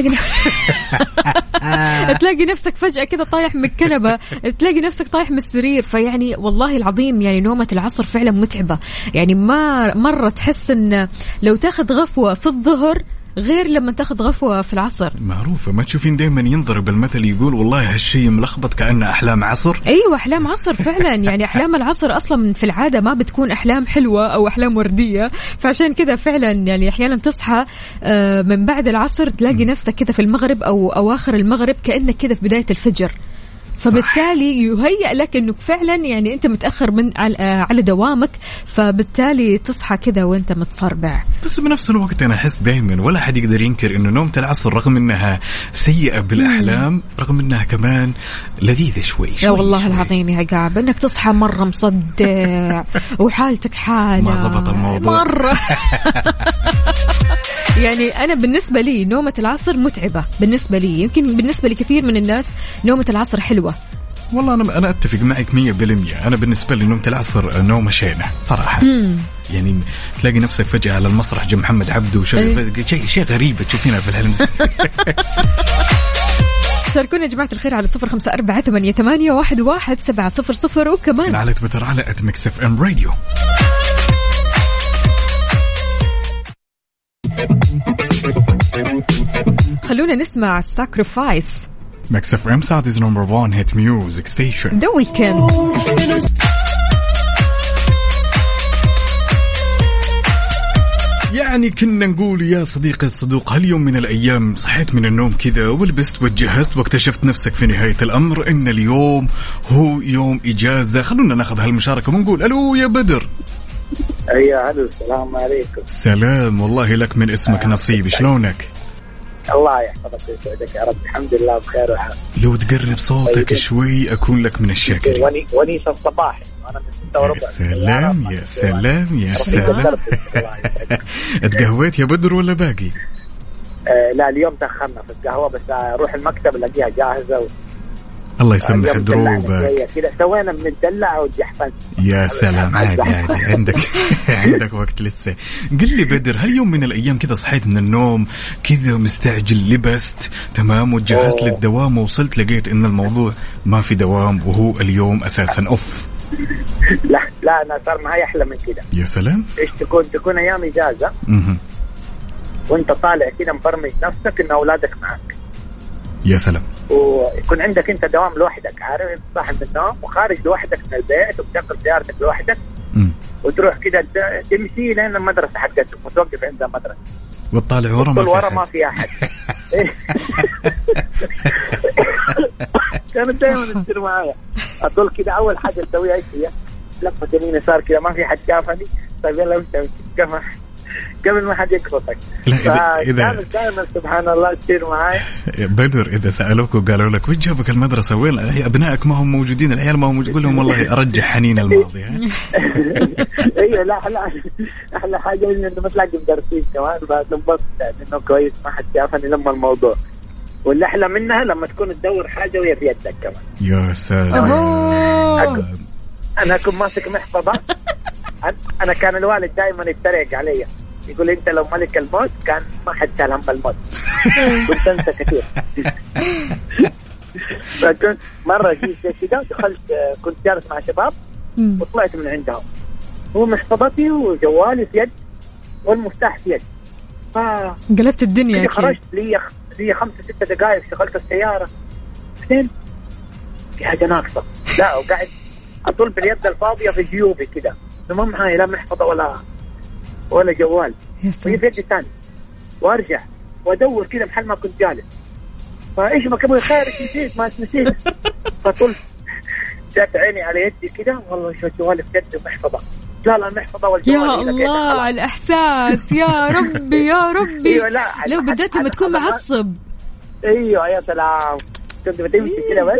تلاقي نفسك فجأة كذا طايح من الكنبة، تلاقي نفسك طايح من السرير. فيعني والله العظيم يعني نومة العصر فعلا متعبة. يعني ما مرة تحس إن لو تاخذ غفوة في الظهر غير لما تاخذ غفوة في العصر. معروفة، ما تشوفين دائما ينضرب المثل يقول والله هالشيء ملخبط كأنه أحلام عصر. أيوة أحلام عصر فعلا. يعني أحلام العصر أصلا في العادة ما بتكون أحلام حلوة أو أحلام وردية، فعشان كذا فعلا يعني أحيانا تصحى من بعد العصر تلاقي نفسك كذا في المغرب أو أواخر المغرب كأنك كذا في بداية الفجر، فبالتالي يهيأ لك انه فعلا يعني انت متاخر من على دوامك، فبالتالي تصحى كذا وانت متصربع. بس بنفس الوقت انا احس دائما ولا حد يقدر ينكر انه نومة العصر رغم انها سيئة بالاحلام رغم انها كمان لذيذة شوي. لا والله العظيم يا قاعد انك تصحى مرة مصدع وحالتك حالة ما زبط الموضوع مرة. يعني أنا بالنسبة لي نومة العصر متعبة بالنسبة لي، يمكن بالنسبة لكثير من الناس نومة العصر حلوة. والله أنا أتفق معك 100%. أنا بالنسبة لي نومة العصر نومة شينة صراحة. يعني تلاقي نفسك فجأة على المسرح جنب محمد عبده شيء غريب تشوفينها في الحلم. شاركونا يا جماعة الخير على 0548811700 وكمان على تويتر على @mixfmradio. خلونا نسمع Sacrifice. Mix FM Saudi's #1 hit music station. The Weeknd. يعني كنا نقول يا صديقي الصدوق، هل يوم من الأيام صحيت من النوم كذا ولبست وتجهزت واكتشفت نفسك في نهاية الأمر إن اليوم هو يوم إجازة؟ خلونا ناخذ هالمشاركة ونقول ألو يا بدر. أيوة ألو، السلام عليكم. سلام، والله لك من اسمك نصيب. شلونك؟ الله يحفظك ويسعدك يا رب. الحمد لله بخير وعافية. لو تقرب صوتك شوي أكون لك من الشاكرين. ونيس الصباح أنا من 6:15. يا سلام يا سلام يا سلام. اتقهويت يا بدر ولا باقي؟ لا اليوم تأخرنا في القهوة، بس أروح المكتب ألاقيها جاهزة الله يسمح دروبك. كده سوينا من الدلع والجحفل. يا سلام، عادي عندك وقت لسه. قل لي بدر، هل يوم من الأيام كذا صحيت من النوم كذا مستعجل، لبست تمام وتجهزت للدوام ووصلت لقيت إن الموضوع ما في دوام وهو اليوم أساسا أوف؟ لا أنا صار معي أحلى من كده. يا سلام. إيش تكون أيام إجازة وأنت طالع كده مبرمج نفسك إن أولادك معك. يا سلام. ويكون عندك انت دوام لوحدك، عارف، صاحي من النوم وخارج لوحدك من البيت وبتنقل سيارتك لوحدك وتروح كده تمشي لين المدرسه حقتك وتوقف عند المدرسه وتطالع ورا ما في احد. كانت دائما تصير معايا. اقول كده اول حاجه اسويها ايش هي؟ لفه يمين يسار كده ما في حد شافني، طيب يلا انت قبل ما حد يقصدك. إذا دائما سبحان الله تصير معاي. بدر إذا سألوك وقالوا لك وين جابك المدرسة وين أبنائك ما هم موجودين، العيال ما هم موجودين، قول لهم والله أرجع حنين الماضي. إيه لا أحلى حاجة إنه ما تلاقي مدرسين كمان بتنبسط إنه كويس ما حد شافني لما الموضوع. واللي أحلى منها لما تكون تدور حاجة وهي في يدك كمان. يا سلام. أنا أكون ماسك محفظة. أنا كان الوالد دائما يتريق علي يقول أنت لو ملك الموت كان ما حد شال هم الموت. كنت أنسى كثير. فكنت مرة جيت كده ودخلت، كنت جالس مع شباب وطلعت من عندهم ومحفظتي وجوالي في يد والمفتاح في يد. قلبت الدنيا. خرجت لي 5-6 دقائق شغلت السيارة، بعدين في حاجة ناقصة. لا وقاعد أطول باليد الفاضية في جيوبي كده، ما معاي لا محفظة ولا جوال، هي في يدي ثاني، وارجع وادور كده محل ما كنت جالس. فايش ما كبر خارج نسيت. فطلت جات عيني على يدي كده، والله شو جوالي في يدي محفظة. لا المحفظة والجوال. يا الله الإحساس. يا ربي يا ربي. أيوة لو بدأت ما تكون معصب. ايوه يا سلام. كنت بتمشي كده بس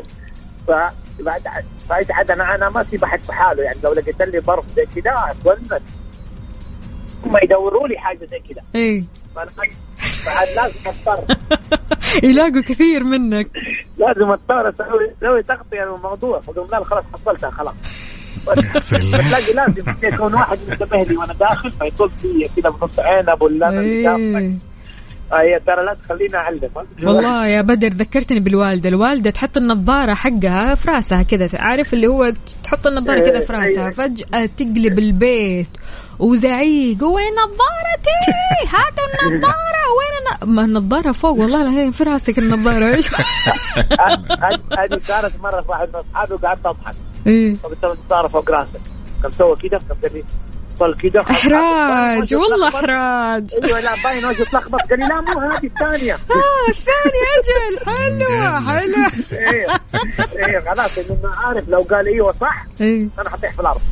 بعد عاد انا ما في بحث بحاله، يعني لو لقيت لي ظرف زي كده اتونس هم يدوروا لي حاجه زي كده. ايه بعد لازم اضطر يلاقوا كثير منك. لازم اضطر اسوي تغطيه للموضوع. فقلت لا خلاص حصلتها خلاص. تلاقي لازم يكون واحد منتبه لي وانا داخل فيطل فيه كده بنص عنب ولا هي ترى لا تخلينا أعلم. والله يا بدر ذكرتني بالوالدة. الوالدة تحط النظارة حقها في راسها كده، عارف اللي هو تحط النظارة كده في راسها، فجأة تقلب البيت وزعيق وين نظارتي، هاتوا النظارة، وين لا ما النظارة فوق والله لا هي في راسك النظارة. إيش هذه صارت مرة واحد من أصحابي وقعدت أضحك. فقلت له النظارة فوق راسك كم سوى كده قال لي طل كده إحراج والله إحراج. أيوة لا باين وجهه تلخبط قال لي لا مو هذه الثانية. الثانية أجل حلوة. إيه خلاص إنه عارف لو قال أيوة صح أنا حطيح في الأرض.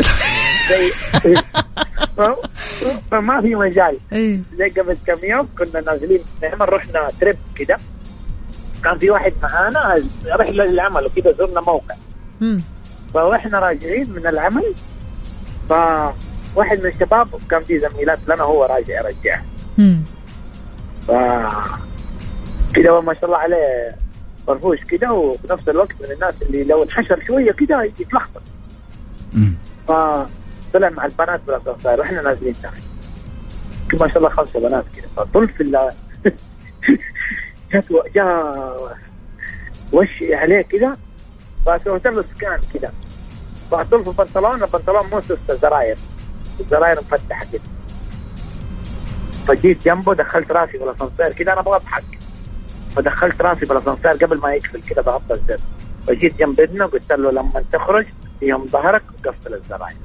فما في مجال. زي قبل كم يوم كنا نازلين دائما رحنا تريب كده كان في واحد معانا رحلة للعمل وكده زرنا موقع فإحنا راجعين من العمل فواحد من الشباب كان في زميلات لنا هو راجع يرجع كده ما شاء الله عليه فرفوش كده وفي نفس الوقت من الناس اللي لو انحشر شوية كده يتلخبط فطلع مع البنات بالأسانسير وإحنا نازلين تحت ما شاء الله 5 بنات كده فطل في جاء وش عليه كده فسويت له سكان كده فطل في البنطلون مو زراير الزراير مفتحة كده فجيت جنبه دخلت راسي بالأسانسير كده أنا أبغى أضحك فدخلت راسي بالأسانسير قبل ما يقفل كده ضغطت الزر فجيت جنب ابنه قلت له لما تخرج يوم ظهرك وقفل الزراير.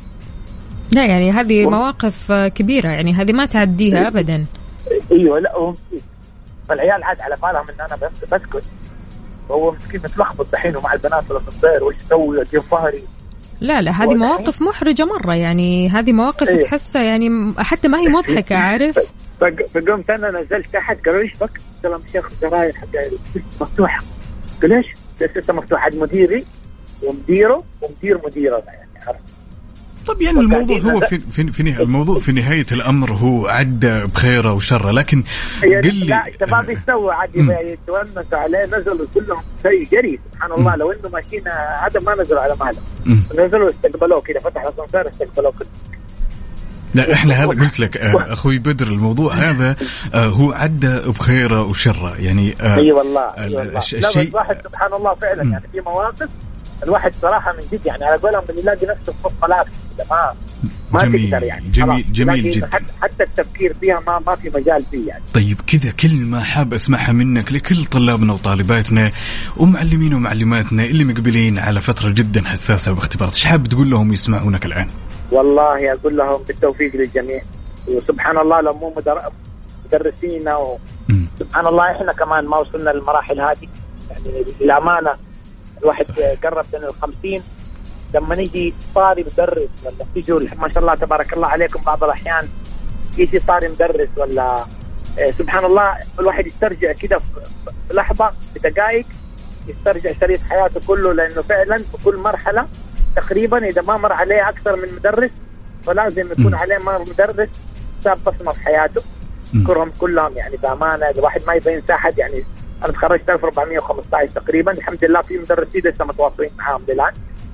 لا يعني هذه مواقف كبيرة يعني هذه ما تعديها أبدا. ايوه لا فالعيال عاد على بالهم ان انا بسكت وهو مسكين متلخبط دحين ومع البنات في الصدر وش يسوي يجيب ظهري. لا هذه مواقف محرجة مرة يعني هذه مواقف تحسها يعني حتى ما هي مضحكة عارف. فقمت انا نزلت تحت قالوا ايش بك؟ سلام شيخ الزراير حقي مفتوحة. قال ايش؟ لسه مفتوح عند مديري ومديره ومدير مديره يعني عارف. طب يعني الموضوع هو الموضوع في نهاية الأمر هو عدى بخيره وشره لكن قل لي لا شباب يستوى عادي يتونس عليه نزلوا كلهم شيء جري سبحان الله لو إنه ماشيين هذا ما نزلوا على ماله نزلوا استقبلوه كده فتح الأسانسير استقبلوه كله. لا احنا هذا قلت لك اخوي بدر الموضوع هذا هو عدى بخيره وشره يعني اي والله لا الواحد سبحان الله فعلا يعني في مواقف الواحد صراحة من جد يعني على قولهم من يلاقي نفسه في الصلاة ما تقدر يعني جميل جدا حتى التفكير فيها ما في مجال فيه يعني. طيب كذا كلمة حاب أسمعها منك لكل طلابنا وطالباتنا ومعلمين ومعلماتنا اللي مقبلين على فترة جدا حساسة باختبارات ايش حاب تقول لهم يسمعونك الآن؟ والله أقول لهم بالتوفيق للجميع وسبحان الله لو مو مدرسينا سبحان الله إحنا كمان ما وصلنا للمراحل هذه يعني الأمانة الواحد قرب من 50 لما نيجي طاري مدرس ولا تيجوا ما شاء الله تبارك الله عليكم بعض الأحيان يجي طاري مدرس ولا سبحان الله الواحد يسترجع كده في لحظة في دقائق يسترجع شريط حياته كله لأنه فعلا في كل مرحلة تقريبا إذا ما مر عليه أكثر من مدرس فلازم يكون عليه مدرس ساب بصمة في حياته كلهم يعني بأمانة الواحد ما يبين ساحد يعني أنا تخرجت 1415 تقريبا الحمد لله في مدرسين لسه متواصلين معاهم الآن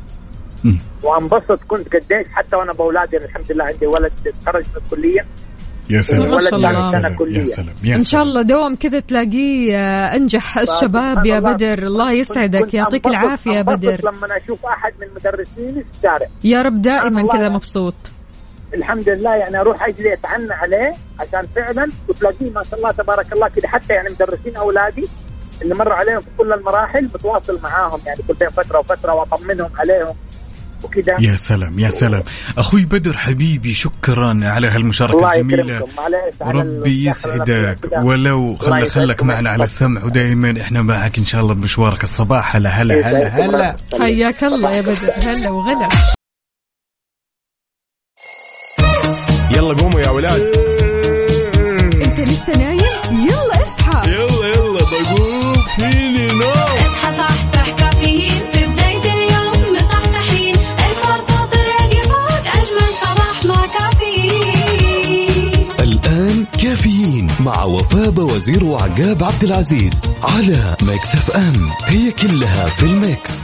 وانبسط كنت قديش حتى وأنا بأولادي الحمد لله عندي ولد تخرج من الكلية يا سلام يا سلام إن شاء الله دوم كذا تلاقيه أنجح الشباب يا بدر الله يسعدك يعطيك العافية يا بدر لما أشوف أحد من المدرسين في الشارع يا رب دائما كذا مبسوط الحمد لله يعني أروح أجلي أتعنى عليه عشان فعلا وتلاقيه ما شاء الله تبارك الله كده حتى يعني مدرسين أولادي اللي مروا عليهم في كل المراحل بتواصل معاهم يعني كل بين فترة وفترة وأطمنهم عليهم وكده. يا سلام يا سلام أخوي بدر حبيبي شكرا على هالمشاركة الجميلة ربي يسعدك ولو خلك معنا على السمع ودائما إحنا معك إن شاء الله بمشوارك الصباح. هلا حياك الله يا بدر هلا وغلا. يلا قوموا يا ولاد انت لسه نايم يلا اصحى يلا بقوم فيني نوم اصحى صحصح كافيين في بداية اليوم مصحصحين الفرصة تراقي فوق أجمل صباح مع كافيين. الآن كافيين مع وفاء وزير وعقاب عبد العزيز على ميكس اف ام هي كلها في الميكس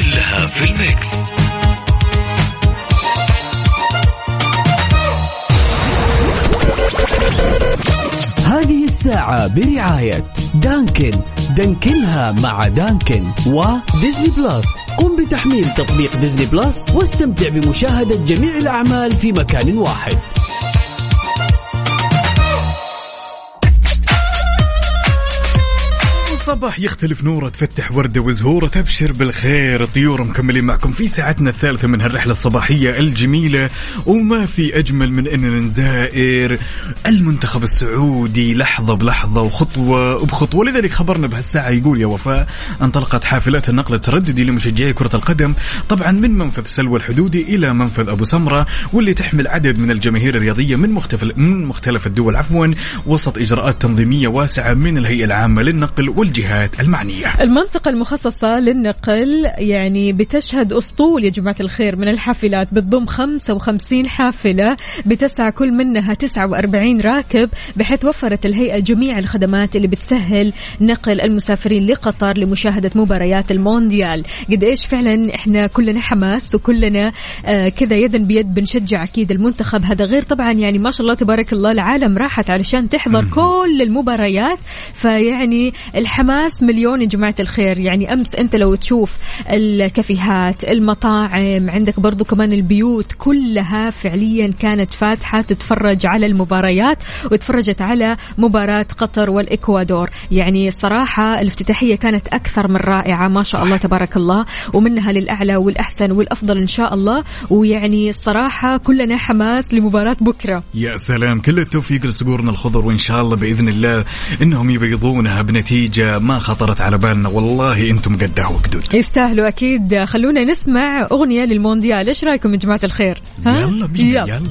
هذه الساعة برعاية دانكنها مع دانكن وديزني بلس. قم بتحميل تطبيق ديزني بلس واستمتع بمشاهدة جميع الأعمال في مكان واحد. الصباح يختلف نوره، تفتح وردة وزهورة، تبشر بالخير. طيور مكملين معكم في ساعتنا الثالثة من هالرحلة الصباحية الجميلة، وما في أجمل من أننا نزائر المنتخب السعودي لحظة بلحظة وخطوة بخطوة. لذلك خبرنا بهالساعة يقول يا وفاء انطلقت حافلات النقل الترددي لمشجعي كرة القدم، طبعا من منفذ سلوى الحدودي إلى منفذ أبو سمرة، واللي تحمل عدد من الجماهير الرياضية من مختلف الدول وسط إجراءات تنظيمية واسعة من الهيئة العامة للنقل والجهات المعنية. المنطقة المخصصة للنقل يعني بتشهد أسطول يا جماعة الخير من الحافلات، بتضم 55 حافلة بتسع كل منها 49 راكب، بحيث وفرت الهيئة جميع الخدمات اللي بتسهل نقل المسافرين لقطر لمشاهدة مباريات المونديال. قد إيش فعلا إحنا كلنا حماس وكلنا كذا يدا بيد بنشجع أكيد المنتخب. هذا غير طبعا يعني ما شاء الله تبارك الله العالم راحت علشان تحضر كل المباريات، فيعني الحماس مليون يا جماعة الخير. يعني أمس أنت لو تشوف الكافيهات، المطاعم، عندك برضو كمان البيوت، كلها فعليا كانت فاتحة تتفرج على المباريات، وتفرجت على مباراة قطر والإكوادور. يعني الصراحة الافتتاحية كانت أكثر من رائعة ما شاء الله تبارك الله، ومنها للأعلى والأحسن والأفضل إن شاء الله. ويعني الصراحة كلنا حماس لمباراة بكرة. يا سلام، كل التوفيق لصقورنا الخضر، وإن شاء الله بإذن الله إنهم يبيضونها بنتيجة ما خطرت على بالنا. والله أنتم قدها وقدود، يستاهلوا أكيد. خلونا نسمع أغنية للمونديال، إيش رأيكم يا جماعة الخير؟ يلا بينا يلا.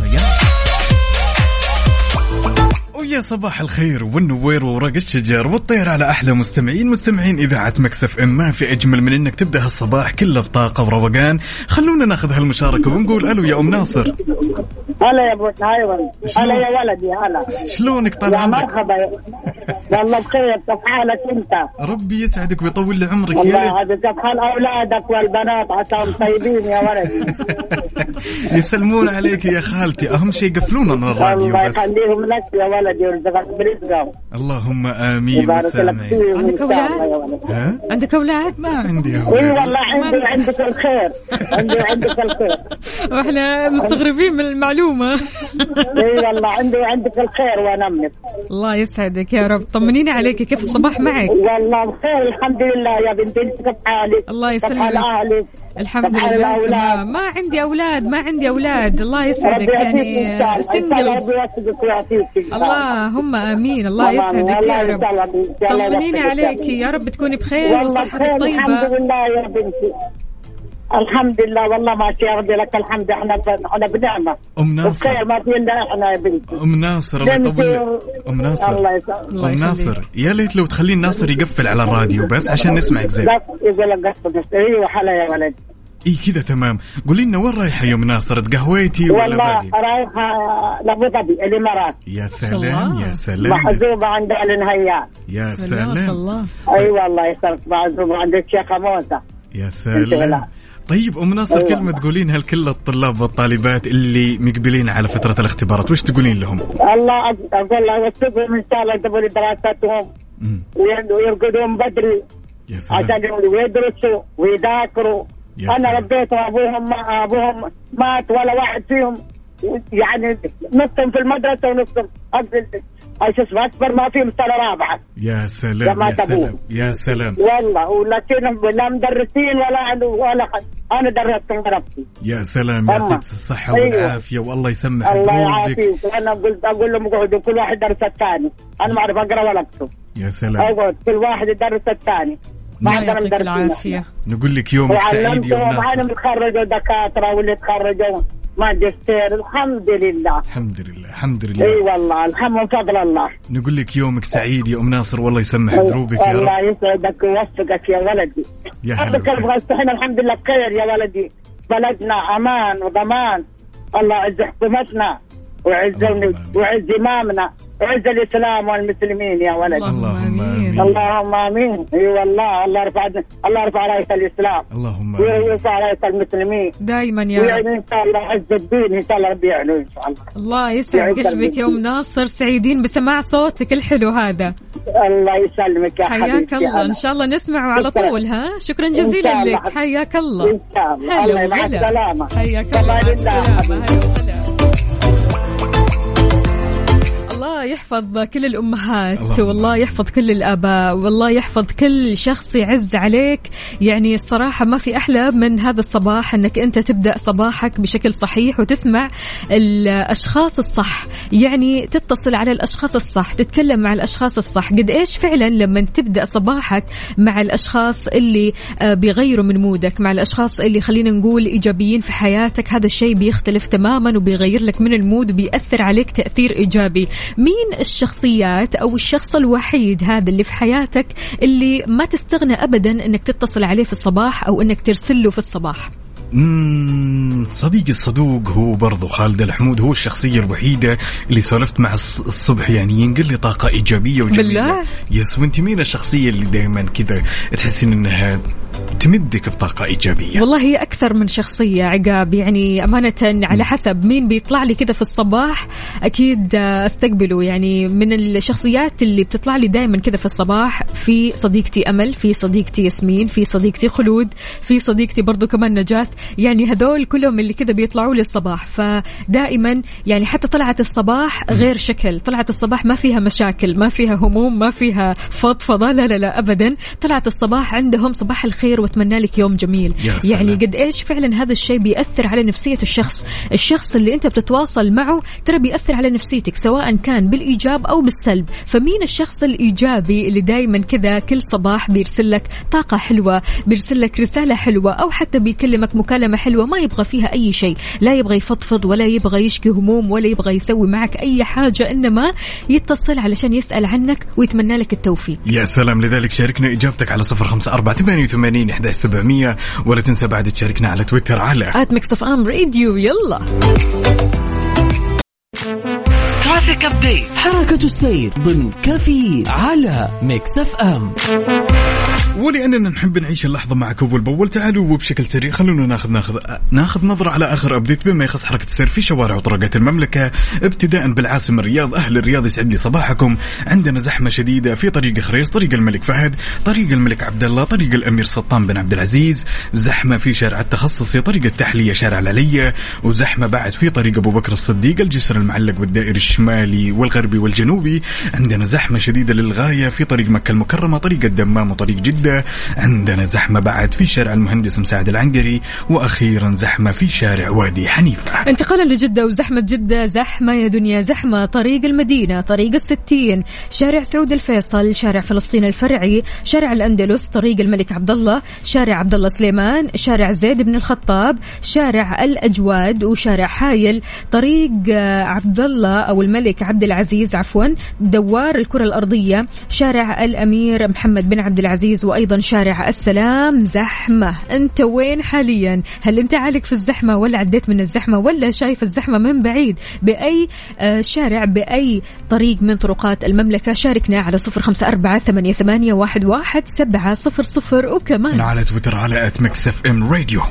ويا صباح الخير والنوير وورق الشجر والطير على أحلى مستمعين إذاعة مكسف إم. ما في أجمل من إنك تبدأ هالصباح كله بطاقة وروقان. خلونا ناخذ هالمشاركة ونقول ألو يا أم ناصر. هلا يا ابو تايوان. هلا يا ولدي. هلا شلونك طال عمرك؟ مرحبا. والله بخير، كيف حالك انت؟ ربي يسعدك ويطول لي عمرك. الله يسعدك. كيف حال اولادك والبنات؟ عساهم طيبين يا ولدي. يسلمون عليك يا خالتي. اهم شيء يقفلون الراديو الله بس. يخليهم لك يا ولدي ويرزقك برزقهم. اللهم امين. عندك اولاد؟ عندك اولاد؟ ما عندي اولاد. اي والله عندك الخير. عندك الخير. واحنا مستغربين من المعلومة. اي والله عندك الخير ونمك. الله يسعدك يا رب. طمنيني عليك، كيف الصباح معك؟ والله بخير الحمد لله يا بنتي. انت كيف حالك؟ الله يسلمك. الحمد لله تمام. ما عندي اولاد. الله يسعدك. يعني سنجلز. اللهم امين. الله يسعدك يا رب. طمنيني عليك يا رب تكوني بخير وصحتك طيبة. الحمد لله يا بنتي. الحمد لله والله ما شاء لك الحمد. احنا بنعمة ام ناصر. بخير ما فينا احنا يا بنتي. ام ناصر الله يطول. ام ناصر. ام ناصر يا ليت لو تخلين ناصر يقفل على الراديو بس عشان نسمعك زين. يقول لك قفل. ايوه حلا يا ولد. اي كذا تمام. قولي لنا وين رايحه يا ام ناصر؟ تقهويتي ولا باقي؟ والله رايحه لابو ظبي الامارات. يا سلام يا سلام. محجوبه عند النهيان. يا سلام. ما شاء الله. اي والله يسرك. محجوبه عند الشيخ موسى. يا سلام. طيب أم ناصر كلمة تقولينها لكل الطلاب والطالبات اللي مقبلين على فترة الاختبارات، وش تقولين لهم؟ الله أقول الله يوفقهم إن شاء الله يدبروا دراساتهم ويرقدون بدري عشان يدرسوا ويذاكروا. أنا ربيتهم أبوهم مات ولا واحد فيهم، يعني نصهم في المدرسة ونصهم أكبر ما فيهم سنة رابعة. يا سلام يا سلام يا سلام. والله ولكن لا مدرسين ولا حد. أنا درستهم بربي. يا سلام يعطيك الصحة والعافية والله يسمح الله يعافيك. أنا أقول لهم اقعدوا كل واحد درس الثاني. أنا ما أعرف أقرأ ولا أكتب. يا سلام. أقعد كل واحد يدرس الثاني. ما عندنا مدرسين. نقول لك يومك سعيد يا وناس. أنا متخرجوا دكاترة واللي تخرجوا ماجستير. الحمد لله. الحمد لله الحمد لله. اي والله الحمد من فضل الله. نقول لك يومك سعيد يا ام ناصر والله يسمح دروبك يا رب. الله يسعدك ويوفقك يا ولدي. يا هلا وسهلا. احنا الحمد لله بخير يا ولدي. بلدنا امان وضمان. الله يعز حكومتنا ويعز امامنا ويعز الاسلام والمسلمين يا ولدي. اللهم امين. اللهم امين. اي والله الله يرفع رايه الاسلام. اللهم امين. ويرفع رايه المسلمين دائما يا رب. ان شاء الله عز الدين ان شاء الله ربي يعلو ان شاء الله. الله يسعد قلبك يا ام ناصر. سعيدين بسماع صوتك الحلو هذا. الله يسلمك يا حبيبتي. حياك الله. ان شاء الله نسمعه على طول. ها شكرا جزيلا لك. حياك الله. ان شاء الله. الله مع السلامه. حياك الله. الله يحفظ كل الأمهات، والله يحفظ كل الآباء، والله يحفظ كل شخص يعز عليك. يعني الصراحة ما في أحلى من هذا الصباح أنك أنت تبدأ صباحك بشكل صحيح وتسمع الأشخاص الصح، يعني تتصل على الأشخاص الصح، تتكلم مع الأشخاص الصح. قد إيش فعلا لما تبدأ صباحك مع الأشخاص اللي بيغيروا من مودك، مع الأشخاص اللي خلينا نقول إيجابيين في حياتك، هذا الشيء بيختلف تماما وبيغير لك من المود وبيأثر عليك تأثير إيجابي. مين الشخصيات أو الشخص الوحيد هذا اللي في حياتك اللي ما تستغنى أبدا أنك تتصل عليه في الصباح أو أنك ترسل له في الصباح؟ صديقي الصدوق هو برضو خالد الحمود، هو الشخصية الوحيدة اللي سولفت مع الصبح يعني ينقل لي طاقة إيجابية وجميلة. بالله؟ يس. وانت مين الشخصية اللي دائما كذا تحسين انها تمدك بطاقة إيجابية؟ والله هي أكثر من شخصية عقاب، يعني أمانة على حسب مين بيطلع لي كده في الصباح أكيد أستقبله. يعني من الشخصيات اللي بتطلع لي دائما كده في الصباح، في صديقتي أمل، في صديقتي ياسمين، في صديقتي خلود، في صديقتي برضو كمان نجاة. يعني هذول كلهم اللي كده بيطلعوا لي الصباح. فدائما يعني حتى طلعت الصباح غير شكل، طلعت الصباح ما فيها مشاكل، ما فيها هموم، ما فيها فضفضة، لا لا لا أبدا. طلعت الصباح عندهم صباح الخير واتمنى لك يوم جميل. يعني قد ايش فعلا هذا الشيء بيأثر على نفسية الشخص اللي انت بتتواصل معه، ترى بيأثر على نفسيتك سواء كان بالإيجاب أو بالسلب. فمين الشخص الإيجابي اللي دايما كذا كل صباح بيرسل لك طاقة حلوة، بيرسل لك رسالة حلوة، أو حتى بيكلمك مكالمة حلوة، ما يبغى فيها أي شيء، لا يبغى يفضفض ولا يبغى يشكي هموم ولا يبغى يسوي معك أي حاجة، إنما يتصل علشان يسأل عنك ويتمنى لك التوفيق. يا سلام. لذلك شاركنا إجابتك على 0548811700، ولا تنسى بعد تشاركنا على تويتر على @mixfm_radio. يلا ترافيك أبديت، حركة السير ضمن كافيين على ميكس اف ام. ولأننا نحب نعيش اللحظة معك أول بأول، تعالوا وبشكل سريع خلونا ناخذ نظرة على آخر أبديت بما يخص حركة السير في شوارع وطرقات المملكة، ابتداء بالعاصمة الرياض. أهل الرياض يسعد لي صباحكم. عندنا زحمة شديدة في طريق خريص، طريق الملك فهد، طريق الملك عبد الله، طريق الأمير سلطان بن عبد العزيز، زحمة في شارع التخصصي، طريق التحلية، شارع العلية، وزحمة بعد في طريق أبو بكر الصديق، الجسر المعلق والدائري الشمالي والغربي والجنوبي. عندنا زحمة شديدة للغاية في طريق مكة المكرمة، طريق الدمام وطريق جدة. عندنا زحمة بعد في شارع المهندس مساعد العنقري، وأخيرا زحمة في شارع وادي حنيفة. انتقالا لجدة، وزحمة جدة زحمة يا دنيا، زحمة طريق المدينة، طريق الستين، شارع سعود الفيصل، شارع فلسطين الفرعي، شارع الأندلس، طريق الملك عبد الله، شارع عبد الله سليمان، شارع زيد بن الخطاب، شارع الأجواد، وشارع حايل، طريق عبد الله أو الملك عبد العزيز عفوا، دوار الكرة الأرضية، شارع الأمير محمد بن عبد العزيز، وأيضا شارع السلام. زحمة. أنت وين حاليا؟ هل أنت عالق في الزحمة ولا عديت من الزحمة ولا شايف الزحمة من بعيد؟ بأي شارع، بأي طريق من طرقات المملكة؟ شاركنا على 0548811700 وكمان على تويتر على @mixfmradio.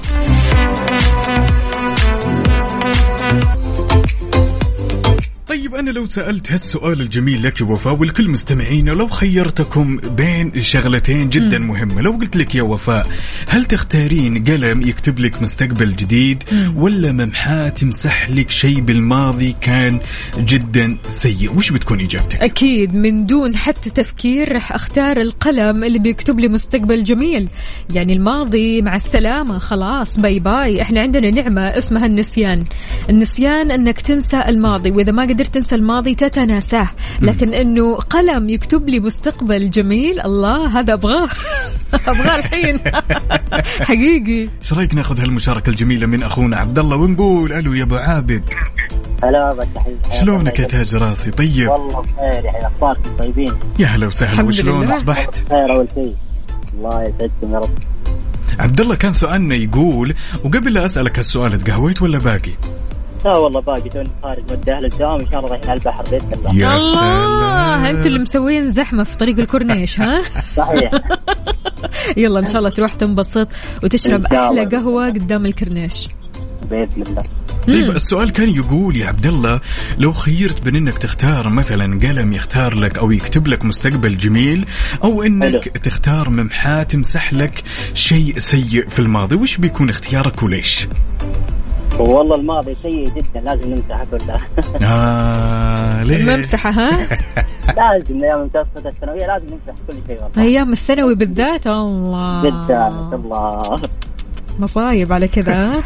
طيب أنا لو سألت هالسؤال الجميل لك يا وفاء والكل مستمعين، لو خيرتكم بين شغلتين جدا مهمة، لو قلت لك يا وفاء هل تختارين قلم يكتب لك مستقبل جديد ولا ممحاة تمسح لك شيء بالماضي كان جدا سيء، وش بتكون إجابتك؟ أكيد من دون حتى تفكير رح أختار القلم اللي بيكتب لي مستقبل جميل. يعني الماضي مع السلامة، خلاص باي باي. احنا عندنا نعمة اسمها النسيان. النسيان أنك تنسى الماضي، وإذا ما قدرت تنسى الماضي تتناساه، لكن إنه قلم يكتب لي مستقبل جميل، الله هذا أبغاه أبغاه الحين حقيقي. ايش رايك ناخذ هالمشاركة الجميلة من أخونا عبد الله ونقول ألو يا أبو عابد؟ هلا بس شلونك يا تاج راسي؟ طيب والله بخير، يعني أخباركم طيبين؟ يا هلا وسهلا، وشلون أصبحت؟ خير أول شيء، الله يسعدكم يا رب. عبد الله كان سؤالنا يقول، وقبل لا أسألك هالسؤال تقهويت ولا باقي؟ لا والله باقي، توني خارج من الدهل الدوام، إن شاء الله رايحين على البحر بإذن الله. يا سلام، أنتوا اللي مسوين زحمة في طريق الكورنيش ها؟ صحيح. يلا إن شاء الله تروح تنبسط وتشرب أحلى قهوة قدام الكورنيش بإذن الله. طيب السؤال كان يقول يا عبد الله، لو خيرت بين انك تختار مثلا قلم يختار لك او يكتب لك مستقبل جميل، او انك تختار ممحاة تمسح لك شيء سيء في الماضي، وش بيكون اختيارك وليش؟ والله الماضي سيء جدا، لازم نمسحه كله. ليه؟ ممسحة ها؟ لازم أيام متوسطة الثانوية لازم نمسح كل شيء والله. أيام الثانوي بالذات الله. بالذات الله. مصايب على كذا.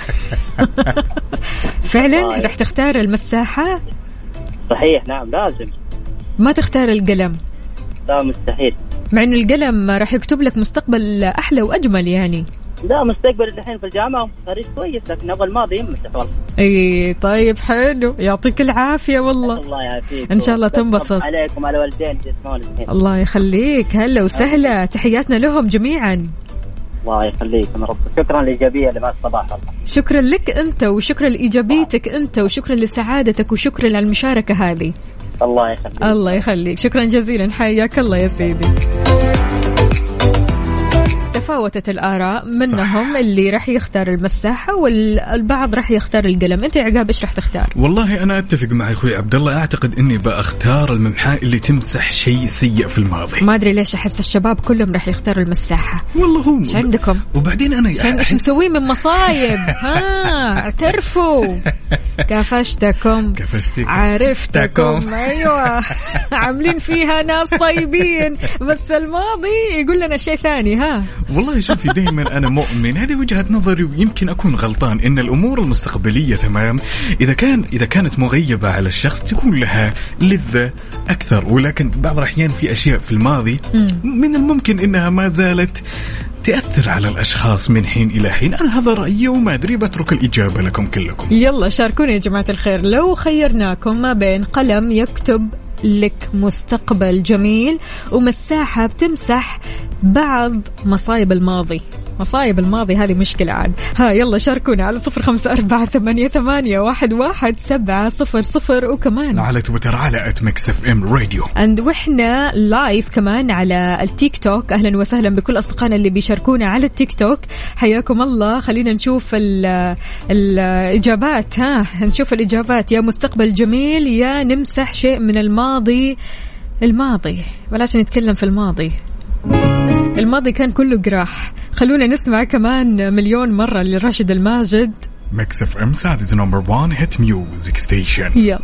فعلا رح تختار المساحة؟ صحيح نعم لازم. ما تختار القلم؟ لا مستحيل. مع إنه القلم رح يكتب لك مستقبل أحلى وأجمل يعني. لا مستقبل الحين في الجامعة خريج كويس، لكن أول الماضي يمسح والله. اي طيب حلو، يعطيك العافية والله. الله يعافيك. إن شاء الله تنبسط. عليكم على والدين يسمعون الحين. الله يخليك، هلا وسهلا، تحياتنا لهم جميعا. الله يخليكم رب. شكرا للإيجابية اللي مع الصباح والله. شكرا لك أنت، وشكرا لإيجابيتك أنت، وشكرا لسعادتك، وشكرا على المشاركة هذه. الله يخليك. الله يخليك، شكرا جزيلا، حياك الله يا سيدي. تفاوتت الآراء، منهم اللي راح يختار المساحة والبعض راح يختار القلم. أنت يا عقاب إيش راح تختار؟ والله أنا أتفق مع أخوي عبد الله، أعتقد إني بأختار الممحاة اللي تمسح شيء سيء في الماضي. ما أدري ليش أحس الشباب كلهم راح يختاروا المساحة. والله هو إيش عندكم؟ وبعدين أنا إيش مسوي من مصايب؟ اعترفوا. كفشتكم عرفتكم. أيوة عاملين فيها ناس طيبين، بس الماضي يقول لنا شيء ثاني. ها والله شوفي، دائما أنا مؤمن، هذه وجهة نظري ويمكن أكون غلطان، إن الأمور المستقبلية تمام إذا كانت مغيبة على الشخص تكون لها لذة أكثر، ولكن بعض الأحيان في أشياء في الماضي من الممكن إنها ما زالت تأثر على الأشخاص من حين إلى حين. أنا هذا رأيي وما أدري، بترك الإجابة لكم كلكم. يلا شاركوني يا جماعة الخير، لو خيرناكم ما بين قلم يكتب لك مستقبل جميل ومساحة بتمسح بعض مصايب الماضي. مصايب الماضي هذه مشكلة عاد. يلا شاركونا على 0548811700 وكمان على تويتر على @mixfmradio. وإحنا لايف كمان على التيك توك. أهلا وسهلا بكل أصدقائنا اللي بيشاركونا على التيك توك، حياكم الله. خلينا نشوف الإجابات. نشوف الإجابات. يا مستقبل جميل، يا نمسح شيء من الماضي. بلاش نتكلم في الماضي كان كله جراح. خلونا نسمع كمان مليون مرة لراشد الماجد. Mix FM Saudi's number one hit music station. يلا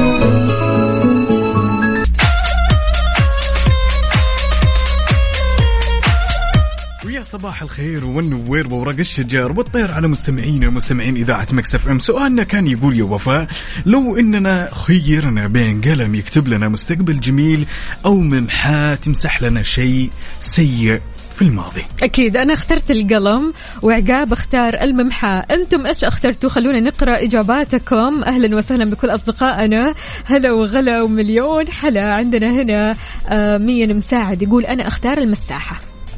ويا صباح الخير والنوير وورق الشجر والطير على مستمعين إذاعة ميكس اف ام. سؤالنا كان يقول يا وفاء، لو إننا خيرنا بين قلم يكتب لنا مستقبل جميل أو ممحاة تمسح لنا شيء سيء في الماضي. أكيد أنا اخترت القلم وعقاب اختار الممحاة. أنتم إيش اخترتوا؟ خلونا نقرأ إجاباتكم. أهلا وسهلا بكل أصدقائنا، هلا وغلا ومليون حلا. عندنا هنا مين مساعد يقول أنا اختار المساحة.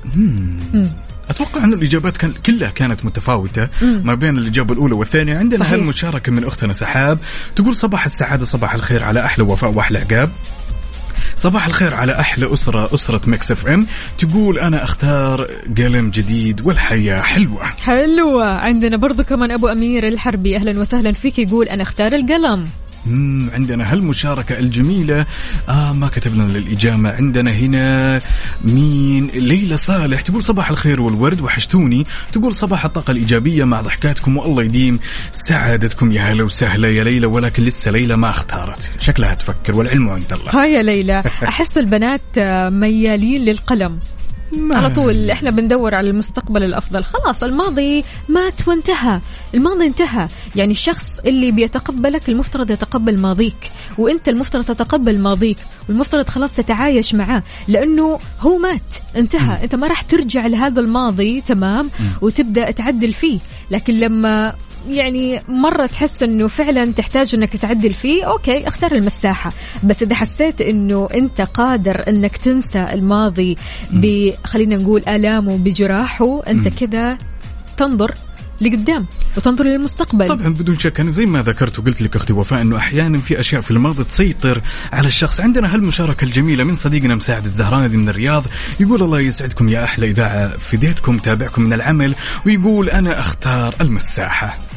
أتوقع أن الإجابات كلها كانت متفاوتة ما بين الإجابة الأولى والثانية. عندنا هالمشاركة من أختنا سحاب تقول صباح السعادة، صباح الخير على أحلى وفاء وأحلى عقاب، صباح الخير على أحلى أسرة ميكس اف ام. تقول أنا أختار قلم جديد والحياة حلوة. عندنا برضو كمان أبو أمير الحربي، أهلا وسهلا فيك، يقول أنا أختار القلم. عندنا هالمشاركة الجميلة. ما كتبنا للإجابة. عندنا هنا مين؟ ليلى صالح تقول صباح الخير والورد وحشتوني. تقول صباح الطاقة الإيجابية مع ضحكاتكم والله يديم سعادتكم. يا هلا وسهلا يا ليلى، ولكن لسه ليلى ما اختارت، شكلها تفكر والعلم عند الله. هاي يا ليلى، أحس البنات ميالين للقلم على طول. احنا بندور على المستقبل الأفضل. خلاص الماضي مات وانتهى، الماضي انتهى. يعني الشخص اللي بيتقبلك المفترض يتقبل ماضيك، وانت المفترض تتقبل ماضيك، والمفترض خلاص تتعايش معاه لأنه هو مات انتهى. انت ما راح ترجع لهذا الماضي تمام وتبدأ تعدل فيه. لكن لما يعني مرة تحس انه فعلا تحتاج انك تعدل فيه، اوكي اختار المساحة. بس اذا حسيت انه انت قادر انك تنسى الماضي خلينا نقول آلامه بجراحه، انت كده تنظر لقدام وتنظر للمستقبل. طبعا بدون شك. أنا زي ما ذكرت وقلت لك أختي وفاء أنه أحيانا في أشياء في الماضي تسيطر على الشخص. عندنا هالمشاركة الجميلة من صديقنا مساعد الزهراني من الرياض، يقول الله يسعدكم يا أحلى إذاعة، فديتكم تابعكم من العمل، ويقول أنا أختار المساحة.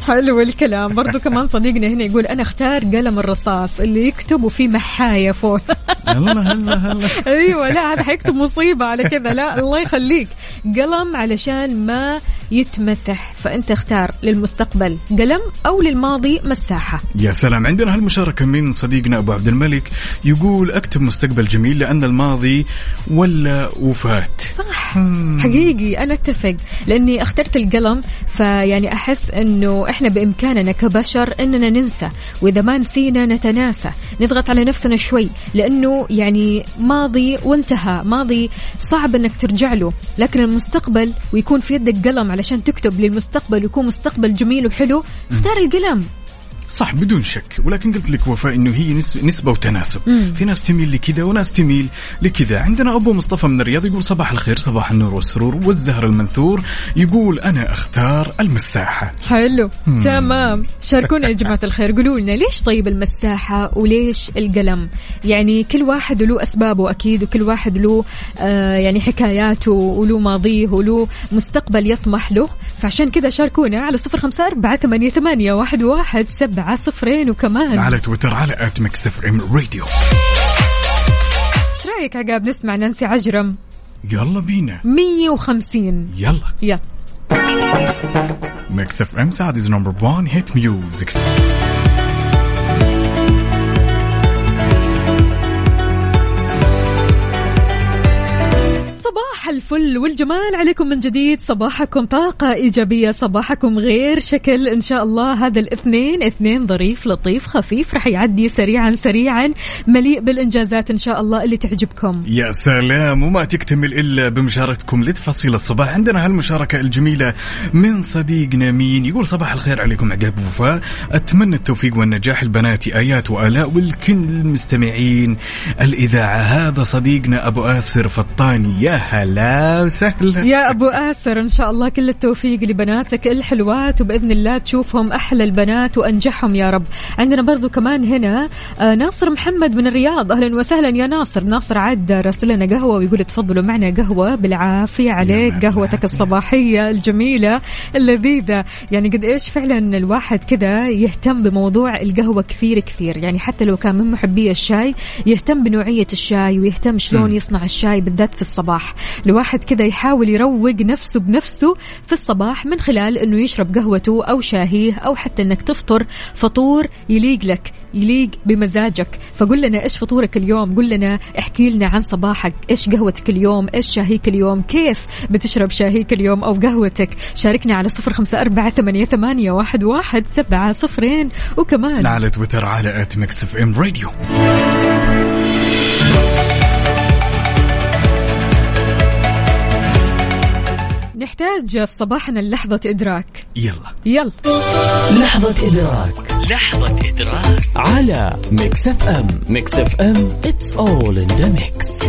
حلو الكلام. برضو كمان صديقنا هنا يقول أنا اختار قلم الرصاص اللي يكتب وفيه محاية فوق. هلا أيوة لا هذا حيكتب مصيبة على كذا. لا الله يخليك قلم علشان ما يتمسح. فأنت اختار للمستقبل قلم أو للماضي مساحة. يا سلام. عندنا هالمشاركة من صديقنا أبو عبد الملك يقول أكتب مستقبل جميل لأن الماضي ولا وفات. صح حقيقي أنا أتفق لأني اخترت القلم. فيعني أحس أنه إحنا بإمكاننا كبشر أننا ننسى وإذا ما نسينا نتناسى نضغط على نفسنا شوي لأنه يعني ماضي وانتهى. ماضي صعب أنك ترجع له لكن المستقبل ويكون في يدك قلم علشان تكتب للمستقبل ويكون مستقبل جميل وحلو اختار القلم. صح بدون شك. ولكن قلت لك وفاء انه هي نسبة وتناسب. في ناس تميل لكذا وناس تميل لكذا. عندنا ابو مصطفى من الرياض يقول صباح الخير صباح النور والسرور والزهر المنثور. يقول انا اختار المساحة. حلو تمام. شاركونا يا جماعة الخير قولوا لنا ليش طيب المساحة وليش القلم. يعني كل واحد له اسبابه اكيد وكل واحد له يعني حكاياته وله ماضيه وله مستقبل يطمح له. فعشان كذا شاركونا على 0548811700 وكمان على تويتر على @mixfmradio. ايش رايك عقاب نسمع نانسي عجرم؟ يلا بينا 150. يلا Mix FM Saudi's #1 hit music. صباح الفل والجمال عليكم من جديد. صباحكم طاقة إيجابية صباحكم غير شكل إن شاء الله. هذا الاثنين ظريف لطيف خفيف رح يعدي سريعا مليء بالإنجازات إن شاء الله اللي تعجبكم. يا سلام. وما تكتمل إلا بمشاركتكم لتفاصيل الصباح. عندنا هالمشاركة الجميلة من صديقنا مين يقول صباح الخير عليكم عقاب وفاء. أتمنى التوفيق والنجاح البنات آيات وآلاء والكل المستمعين الإذاعة. هذا صديقنا أبو آسر فطاني. يا هلا وسهلا يا أبو آسر. إن شاء الله كل التوفيق لبناتك الحلوات وبإذن الله تشوفهم أحلى البنات وأنجحهم يا رب. عندنا برضو كمان هنا ناصر محمد من الرياض. أهلا وسهلا يا ناصر. ناصر عاد راسلنا قهوة ويقول تفضلوا معنا قهوة بالعافية عليك. قهوتك الصباحية الجميلة اللذيذة. يعني قد إيش فعلا الواحد كذا يهتم بموضوع القهوة كثير يعني حتى لو كان من محبي الشاي يهتم بنوعية الشاي ويهتم شلون يصنع الشاي بالذات في الصباح. الواحد كذا يحاول يروق نفسه بنفسه في الصباح من خلال انه يشرب قهوته او شاهيه او حتى انك تفطر فطور يليق لك يليق بمزاجك. فقل لنا ايش فطورك اليوم. قل لنا احكي لنا عن صباحك. ايش قهوتك اليوم. ايش شاهيك اليوم. كيف بتشرب شاهيك اليوم او قهوتك. شاركنا على 0548811700 وكمان على تويتر على @mixfmradio. نحتاج في صباحنا لحظة إدراك. يلا لحظة إدراك على ميكس اف ام. ميكس اف ام it's all in the mix.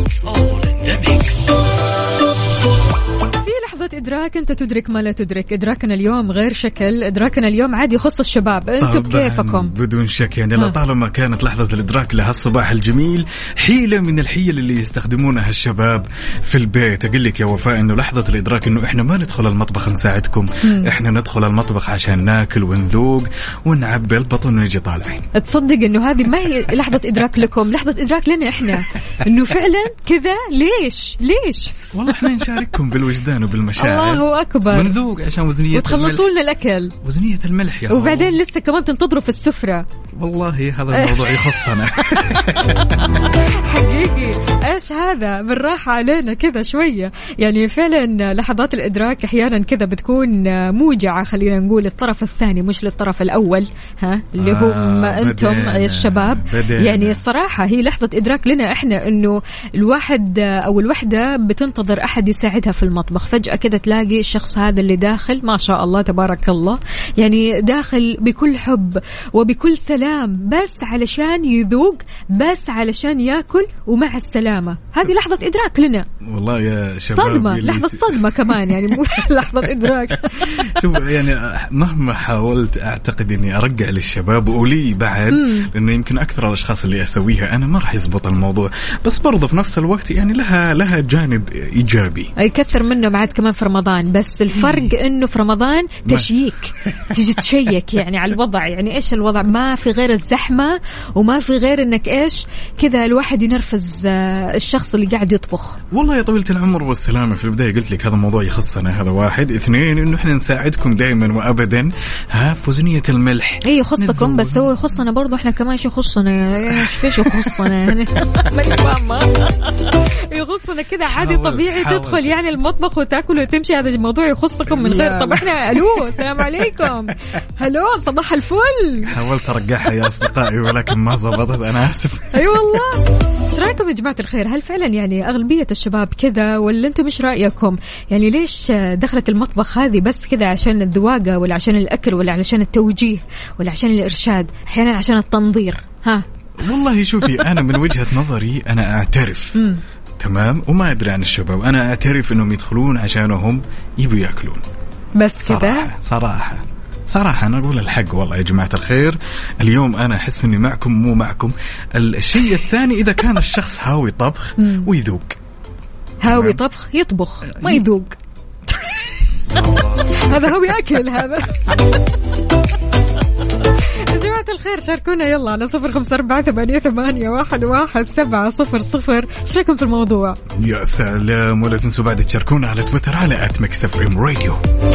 لحظة إدراك أنت تدرك ما لا تدرك. إدراكنا اليوم غير شكل. إدراكنا اليوم عادي يخص الشباب. أنتم بكيفكم بدون شك. يعني لطالما كانت لحظة الإدراك لها الصباح الجميل حيلة من الحيل اللي يستخدمونها الشباب في البيت. أقول لك يا وفاء إنه لحظة الإدراك إنه إحنا ما ندخل المطبخ نساعدكم. إحنا ندخل المطبخ عشان ناكل ونذوق ونعبي البطن ونجي طالعين. تصدق إنه هذه ما هي لحظة إدراك لكم. لحظة إدراك لنا إحنا إنه فعلا كذا. ليش والله إحنا نشارككم بالوجدان وبالمشاعر. الله أكبر. ونذوق عشان وزنية وتخلصوا لنا الأكل. وزنية الملح يا وبعدين لسه كمان تنتظروا في السفرة. والله هذا الموضوع يخصنا. حقيقي إيش هذا. بالراحة علينا كذا شوية. يعني فعلا لحظات الإدراك أحيانا كذا بتكون موجعة. خلينا نقول الطرف الثاني مش للطرف الأول. اللي هم أنتم الشباب. يعني الصراحة هي لحظة إدراك لنا إحنا إنه الواحد أو الوحدة بتنتظر أحد يساعدها في المطبخ. فجأة كده تلاقي الشخص هذا اللي داخل ما شاء الله تبارك الله يعني داخل بكل حب وبكل سلام بس علشان يذوق بس علشان يأكل ومع السلامة. هذه لحظة إدراك لنا والله يا شباب. صدمة. لحظة صدمة كمان يعني مو لحظة إدراك. شوف يعني مهما حاولت أعتقد إني أرجع للشباب ولي بعد لأنه يمكن أكثر الأشخاص اللي أسويها أنا ما راح يزبط الموضوع. بس برضه في نفس الوقت يعني لها جانب إيجابي. يكثر منه بعد كمان في رمضان رمضان، بس الفرق إنه في رمضان تشيك، تيجي تشيك يعني على الوضع، يعني إيش الوضع، ما في غير الزحمة وما في غير إنك إيش كذا الواحد ينرفز الشخص اللي قاعد يطبخ. والله يا طويلة العمر والسلامة، في البداية قلت لك هذا الموضوع يخصنا، هذا واحد. اثنين، إنه إحنا نساعدكم دائما وأبدا في وزنية الملح. إيه يخصكم بس هو يخصنا برضو إحنا كمان، شو يخصنا إيش يخصنا يعني ما فاهمة يخصنا كذا عادي طبيعي تدخل يعني المطبخ وتاكل وتمشي، هذا الموضوع يخصكم من غير. طب إحنا ألو السلام عليكم، هلو صباح الفل. حاولت أرجعها يا أصدقائي ولكن ما زبطت، أنا آسف. أي والله. إيش رأيكم يا جماعة الخير؟ هل فعلا يعني أغلبية الشباب كذا ولا أنتم مش رأيكم؟ يعني ليش دخلت المطبخ هذه بس كذا عشان الذواقة ولا عشان الأكل ولا عشان التوجيه ولا عشان الإرشاد، أحيانا عشان التنظير؟ ها والله شوفي، أنا من وجهة نظري أنا أعترف تمام، وما أدري عن الشباب، أنا أعترف إنهم يدخلون عشانهم يبوا يأكلون بس كذا. صراحة أنا أقول الحق والله يا جماعة الخير، اليوم أنا أحس إني معكم مو معكم. الشيء الثاني، إذا كان الشخص هاوي طبخ ويذوق، هاوي طبخ يطبخ ما يذوق هذا هاوي أكل هذا. يا جماعة الخير شاركونا يلا على 0548811700. ايش رايكم في الموضوع؟ يا سلام، ولا تنسوا بعد تشاركونا على تويتر على @mixfmradio.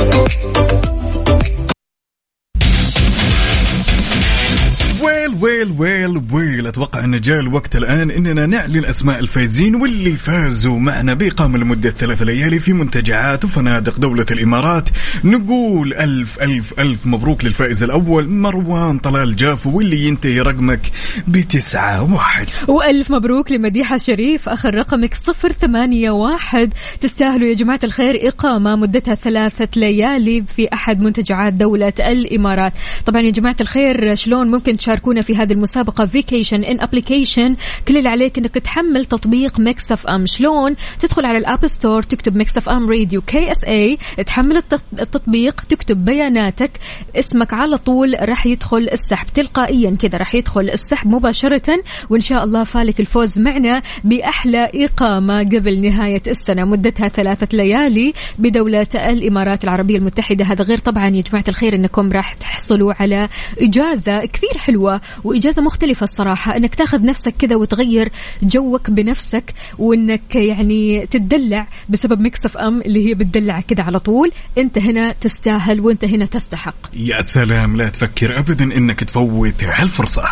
ويل أتوقع أن جاء الوقت الآن إننا نعلن أسماء الفائزين واللي فازوا معنا بإقامة لمدة 3 ليالي في منتجعات وفنادق دولة الإمارات. نقول ألف مبروك للفائز الأول مروان طلال جافو، واللي ينتهي رقمك ب91. وألف مبروك لمديحة شريف آخر رقمك 081. تستاهلوا يا جماعة الخير إقامة مدتها 3 ليالي في أحد منتجعات دولة الإمارات. طبعا يا جماعة الخير شلون ممكن تشاركونا في هذه المسابقة؟ فيكيشن إن أبليكيشن، كل اللي عليك إنك تحمل تطبيق ميكس اف ام. شلون؟ تدخل على الأب ستور، تكتب ميكس اف ام راديو KSA، تحمل التطبيق، تكتب بياناتك، اسمك على طول راح يدخل السحب تلقائيا كذا، راح يدخل السحب مباشرة، وإن شاء الله فالك الفوز معنا بأحلى إقامة قبل نهاية السنة مدتها 3 ليالي بدولة الإمارات العربية المتحدة. هذا غير طبعا يا جماعة الخير إنكم راح تحصلوا على إجازة كثير حلوة وإجازة مختلفة الصراحة، إنك تاخذ نفسك كذا وتغير جوك بنفسك، وإنك يعني تدلع بسبب ميكس اف ام اللي هي بتدلع كذا على طول. أنت هنا تستاهل وأنت هنا تستحق. يا سلام، لا تفكر أبدا إنك تفوت هالفرصة.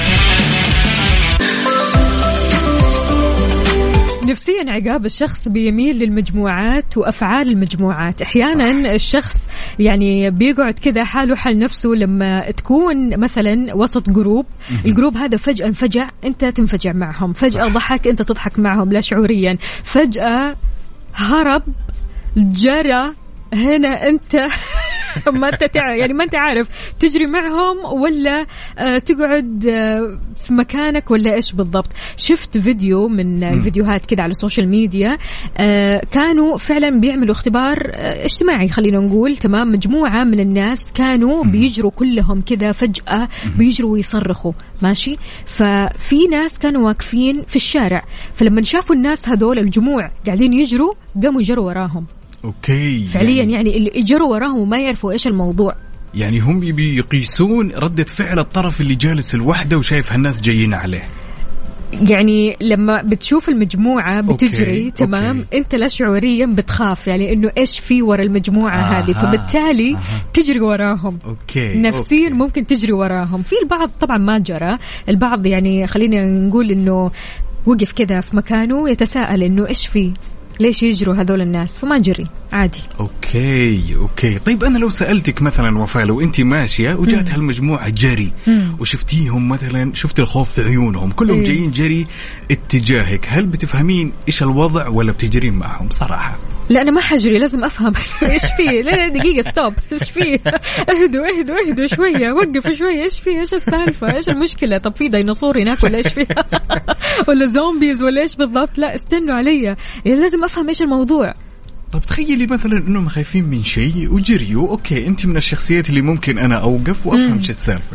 نفسيا عقاب الشخص بيميل للمجموعات وأفعال المجموعات. أحيانا الشخص يعني بيقعد كذا حاله حال نفسه لما تكون مثلا وسط جروب، الجروب هذا فجأة انفجع، أنت تنفجع معهم، فجأة ضحك أنت تضحك معهم لا شعوريا، فجأة هرب جرى هنا أنت ما أنت يعني ما أنت عارف تجري معهم ولا تقعد في مكانك ولا إيش بالضبط. شفت فيديو من الفيديوهات كده على السوشيال ميديا، كانوا فعلا بيعملوا اختبار اجتماعي خلينا نقول، تمام، مجموعة من الناس كانوا بيجروا كلهم كده فجأة بيجروا ويصرخوا ماشي، ففي ناس كانوا واقفين في الشارع، فلما شافوا الناس هذول الجموع قاعدين يجروا قاموا يجروا وراهم. أوكي، فعليا يعني اللي يجروا وراهم وما يعرفوا إيش الموضوع، يعني هم بيقيسون ردة فعل الطرف اللي جالس الوحدة وشايف هالناس جايين عليه. يعني لما بتشوف المجموعة بتجري تمام، أنت لا شعوريا بتخاف يعني إنه إيش في ورا المجموعة هذه، فبالتالي تجري وراهم. نفسيا ممكن تجري وراهم. في البعض طبعا ما جرى، البعض يعني خلينا نقول إنه وقف كذا في مكانه يتساءل إنه إيش فيه، ليش يجروا هذول الناس، فما جري عادي. أوكي. طيب أنا لو سألتك مثلا وفاء، لو أنت ماشية وجات هالمجموعة جري وشفتيهم مثلا، شفت الخوف في عيونهم كلهم جايين جري اتجاهك، هل بتفهمين إيش الوضع ولا بتجرين معهم؟ صراحة لا أنا ما حجري، لازم أفهم إيش فيه. لا دقيقة ستوب، إيش فيه؟ اهدوا شوية، وقفوا شوية، إيش فيه؟ إيش السالفة؟ إيش المشكلة؟ طب في ديناصور هناك ولا إيش فيه؟ ولا زومبيز ولا إيش بالضبط؟ لا استنوا علي، يعني لازم أفهم إيش الموضوع. طب تخيلي مثلا إنهم خايفين من شيء وجريوا، أوكي أنت من الشخصيات اللي ممكن أنا أوقف وأفهم شو السالفة.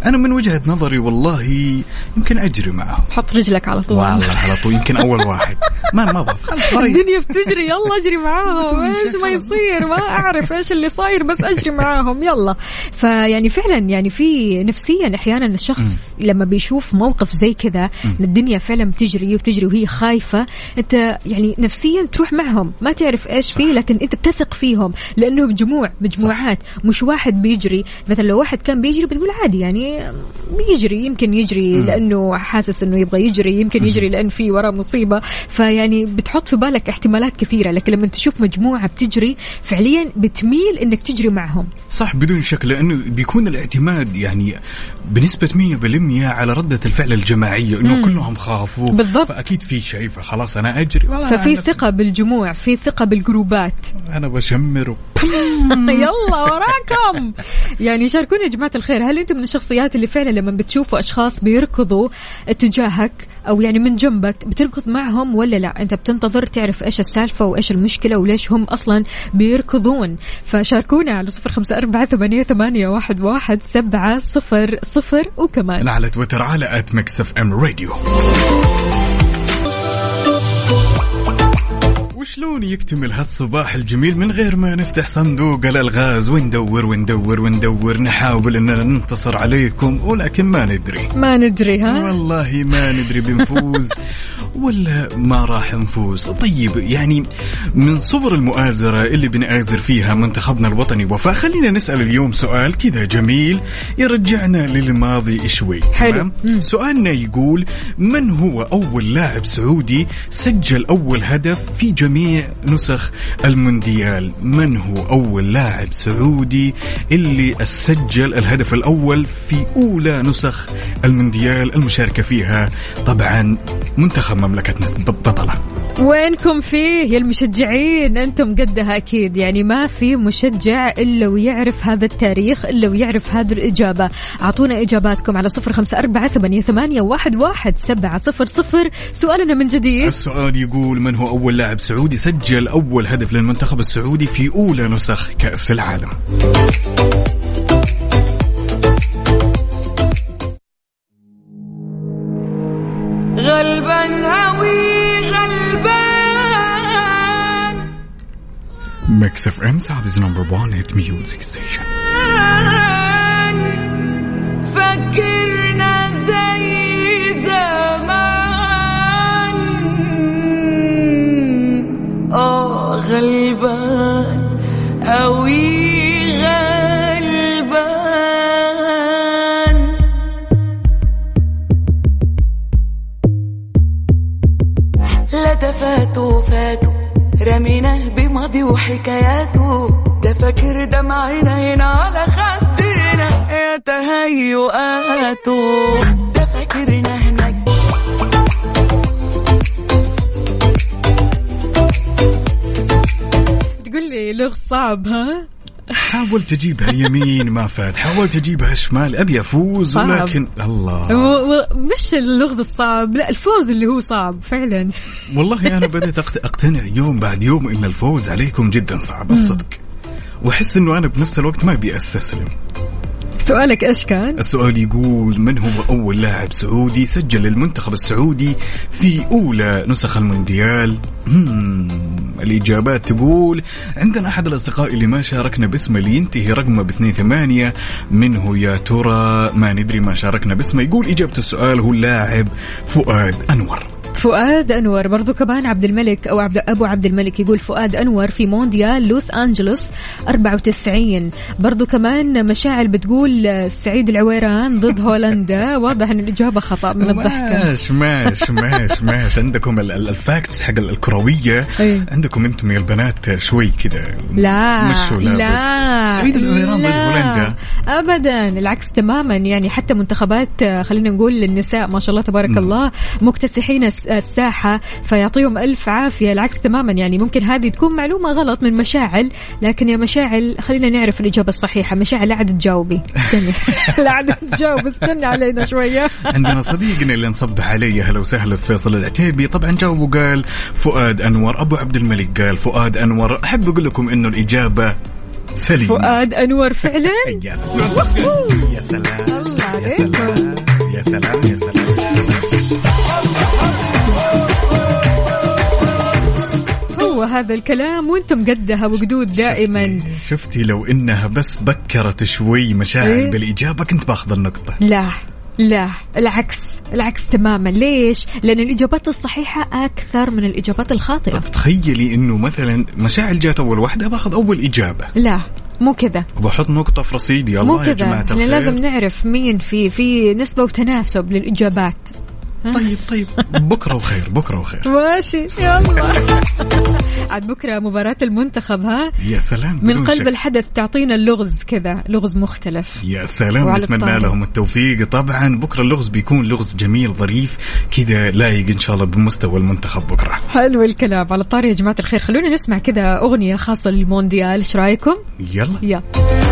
أنا من وجهة نظري والله يمكن أجري معهم. حط رجلك على طول. والله على طول يمكن أول واحد ما خلاص الدنيا بتجري يلا أجري معاهم إيش ما يصير ما أعرف إيش اللي صاير بس أجري معاهم يلا. فيعني فعلا يعني في نفسيا أحيانا الشخص لما بيشوف موقف زي كذا الدنيا فعلا بتجري وهي خايفة أنت يعني نفسيا تروح معهم ما تعرف إيش فيه لكن أنت بتثق فيهم لأنه مجموعات مش واحد بيجري. مثلا لو واحد كان بيجري بنقول عادي يعني بيجري يمكن يجري لأنه حاسس أنه يبغى يجري يمكن يجري لأن في وراء مصيبة فيعني بتحط في بالك احتمالات كثيرة. لكن لما تشوف مجموعة بتجري فعليا بتميل أنك تجري معهم صح بدون شك لأنه بيكون الاعتماد يعني بنسبة 100% على ردة الفعل الجماعية إنه كلهم خافوا بالضبط. فأكيد في شيء فخلاص أنا أجري ففي ثقة بالجموع في ثقة بالجروبات أنا بشمر يلا وراكم. يعني شاركونا يا جماعة الخير هل أنتم من الشخصيات اللي فعلا لما بتشوفوا أشخاص بيركضوا اتجاهك أو يعني من جنبك بتركض معهم ولا لا أنت بتنتظر تعرف إيش السالفة وإيش المشكلة وليش هم أصلا بيركضون. فشاركونا على 0548811700 وكمان على تويتر على @mixfmradio. وشلون يكتمل هالصباح الجميل من غير ما نفتح صندوق الألغاز وندور نحاول أننا ننتصر عليكم ولكن ما ندري ها والله ما ندري بنفوز ولا ما راح نفوز. طيب يعني من صور المؤازرة اللي بنآزر فيها منتخبنا الوطني وفاء خلينا نسأل اليوم سؤال كذا جميل يرجعنا للماضي شوي. تمام. سؤالنا يقول من هو أول لاعب سعودي سجل أول هدف في جميع نسخ المونديال؟ من هو أول لاعب سعودي اللي سجل الهدف الأول في أولى نسخ المونديال المشاركة فيها طبعا منتخب مملكتنا بطلة. وينكم فيه يا المشجعين أنتم قدها أكيد يعني ما في مشجع إلا ويعرف هذا التاريخ إلا ويعرف هذه الإجابة. أعطونا إجاباتكم على 0548811700. سؤالنا من جديد السؤال يقول من هو أول لاعب سعودي سجل أول هدف للمنتخب السعودي في أولى نسخ كأس العالم؟ غلبان هوي غلبان Mix FM Saudi's number one hit music station. فكرنا زي زمان غلبان هوي فاتوا رميناه بماضي وحكاياته ده فاكر دمعنا هنا على خدنا يا تهيؤاته ده فاكرنا هناك. تقول لي لغز صعب ها حاول تجيبها يمين ما فات حاول تجيبها شمال أبي أفوز صعب. ولكن الله مش اللغز الصعب لا الفوز اللي هو صعب فعلا. والله أنا بدأت أقتنع يوم بعد يوم إن الفوز عليكم جدا صعب الصدق وأحس إنه أنا بنفس الوقت ما أبي أستسلم. سؤالك إيش كان؟ السؤال يقول من هو أول لاعب سعودي سجل للمنتخب السعودي في أولى نسخ المونديال؟ الإجابات تقول عندنا أحد الأصدقاء اللي ما شاركنا باسمه اللي ينتهي رقمه ب28 منه يا ترى ما ندري ما شاركنا باسمه. يقول إجابة السؤال هو اللاعب فؤاد أنور. فؤاد أنور. برضو كمان عبد الملك أو أبو عبد الملك يقول فؤاد أنور في مونديال لوس أنجلوس 94. برضو كمان مشاعل بتقول سعيد العويران ضد هولندا. واضح أن الإجابة خطأ من الضحكة. ماش عندكم الفاكتس حق الكروية عندكم أنتم يا البنات شوي كده لا سعيد العويران ضد هولندا أبدا العكس تماما. يعني حتى منتخبات خلينا نقول للنساء ما شاء الله تبارك الله مكتسحين الساحة فيعطيهم ألف عافية. العكس تماما. يعني ممكن هذه تكون معلومة غلط من مشاعل لكن يا مشاعل خلينا نعرف الإجابة الصحيحة. مشاعل لا عاد تجاوبي استني لا عاد تجاوب استني علينا شوية. عندنا صديقنا اللي نصبح علي هلا وسهلا فيصل العتيبي طبعا جاوبه قال فؤاد أنور. أبو عبد الملك قال فؤاد أنور. أحب أقول لكم إنه الإجابة سليمة فؤاد أنور فعلا. يا سلام عليكم. يا سلام يا سلام. هو هذا الكلام وانتم قدها وقدود دائما. شفتي لو انها بس بكرت شوي مشاعر بالاجابه كنت باخذ النقطه. لا العكس تماما. ليش؟ لأن الإجابات الصحيحة أكثر من الإجابات الخاطئة. طب تخيلي إنه مثلا مشاعر جات أول واحدة باخذ أول إجابة. لا مو كذا، وبحط نقطة في رصيدي. الله يا جماعة الخير، لازم نعرف مين في نسبة وتناسب للإجابات. طيب بكرة وخير. ماشي يلا. عاد بكرة مباراة المنتخب. يا سلام. من قلب الحدث تعطينا اللغز كذا، لغز مختلف. يا سلام. نتمنى لهم التوفيق. طبعا بكرة اللغز بيكون لغز جميل ظريف كذا لايق إن شاء الله بمستوى المنتخب بكرة. حلو الكلام. على الطاري يا جماعة الخير، خلونا نسمع كذا أغنية خاصة للمونديال. إيش رأيكم؟ يلا.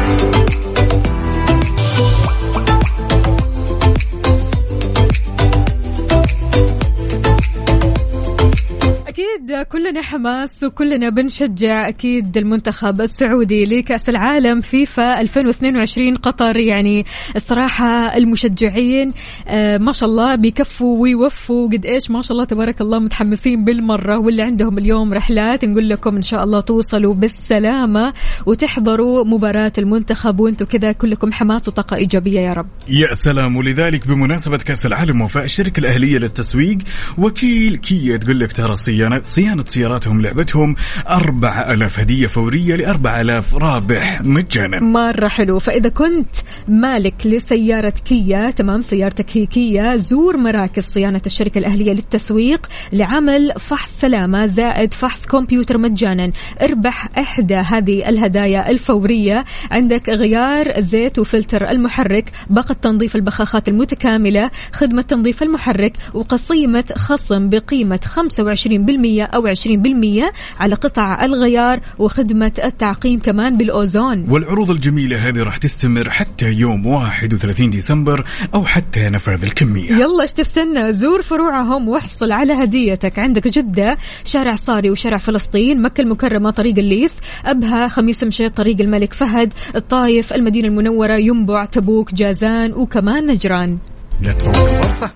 أكيد كلنا حماس وكلنا بنشجع أكيد المنتخب السعودي لكأس العالم فيفا 2022 قطر. يعني الصراحة المشجعين ما شاء الله بيكفوا ويوفوا قد إيش ما شاء الله تبارك الله، متحمسين بالمرة. واللي عندهم اليوم رحلات نقول لكم إن شاء الله توصلوا بالسلامة وتحضروا مباراة المنتخب وانتوا كذا كلكم حماس وطاقة إيجابية يا رب. يا سلام. ولذلك بمناسبة كأس العالم وفاء الشركة الأهلية للتسويق وكيل كيا تقول لك ترى صيانة سياراتهم لعبتهم 4000 هدية فورية ل4000 رابح مجانا. مرة حلو. فإذا كنت مالك لسيارة كيا، تمام، سيارتك هي كيا، زور مراكز صيانة الشركة الأهلية للتسويق لعمل فحص سلامة زائد فحص كمبيوتر مجانا. اربح إحدى هذه الهدايا الفورية. عندك غيار زيت وفلتر المحرك، باقة تنظيف البخاخات المتكاملة، خدمة تنظيف المحرك، وقسيمة خصم بقيمة 25% أو 20% على قطع الغيار، وخدمة التعقيم كمان بالأوزون. والعروض الجميلة هذه راح تستمر حتى يوم 31 ديسمبر أو حتى نفاذ الكمية. يلا ايش تستنى؟ زور فروعهم واحصل على هديتك. عندك جدة شارع صاري وشارع فلسطين، مكة المكرمة طريق الليث، أبها خميس مشيط طريق الملك فهد، الطايف، المدينة المنورة، ينبع، تبوك، جازان، وكمان نجران. لا تفوت الفرصة.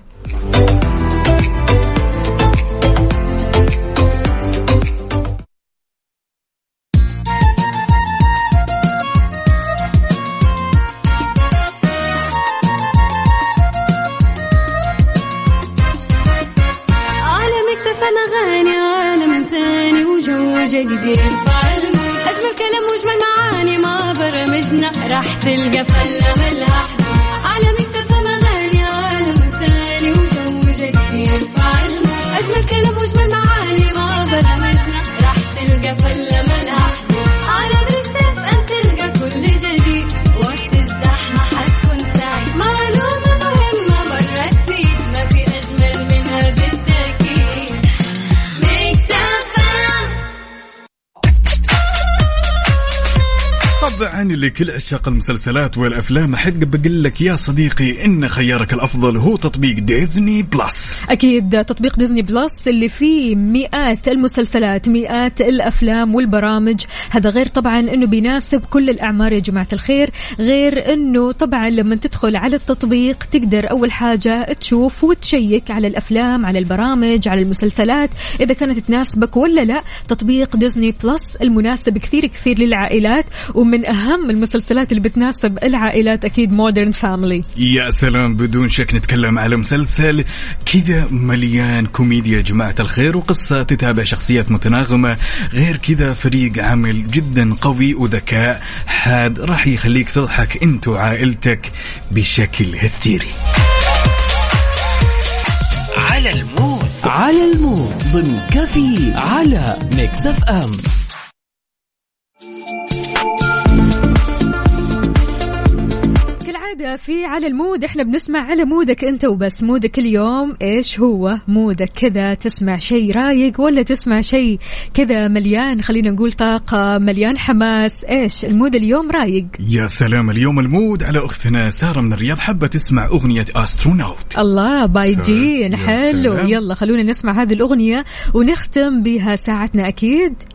جديد أجمل كلام وأجمل معاني ما برمجنا راح تلقى فلة ملها عالم يكتب مغاني عالم ثاني وجو جديد أجمل كلام وأجمل معاني ما برمجنا راح تلقى فلة ملها عالم يكتب أن تلقى كل جديد وقت الزحمة حتكون سعيد. معلومة مهمة مرت فيك ما في أجمل منها بالتأكيد. طبعا لكل عشاق المسلسلات والأفلام أحب بقول لك يا صديقي إن خيارك الأفضل هو تطبيق ديزني بلس. أكيد تطبيق ديزني بلس اللي فيه مئات المسلسلات، مئات الأفلام والبرامج. هذا غير طبعا أنه بيناسب كل الأعمار يا جماعة الخير. غير أنه طبعا لما تدخل على التطبيق تقدر أول حاجة تشوف وتشيك على الأفلام، على البرامج، على المسلسلات إذا كانت تناسبك ولا لا. تطبيق ديزني بلس المناسب كثير للعائلات، ومن أهم المسلسلات اللي بتناسب العائلات أكيد مودرن فاميلي. يا سلام. بدون شك نتكلم على مسلسل كذا مليان كوميديا جماعة الخير وقصة تتابع شخصيات متناغمة. غير كذا فريق عمل جدا قوي وذكاء حاد راح يخليك تضحك انت وعائلتك بشكل هستيري. على المود ضمن كفي على ميكس اف ام. في على المود احنا بنسمع على مودك انت وبس. مودك اليوم ايش هو؟ مودك كذا تسمع شيء رايق ولا تسمع شيء كذا مليان خلينا نقول طاقة، مليان حماس؟ ايش المود اليوم رايق؟ يا سلام. اليوم المود على اختنا سارة من الرياض حابة تسمع اغنية أسترونوت. الله باي جين. حلو. يلا خلونا نسمع هذه الاغنية ونختم بها ساعتنا اكيد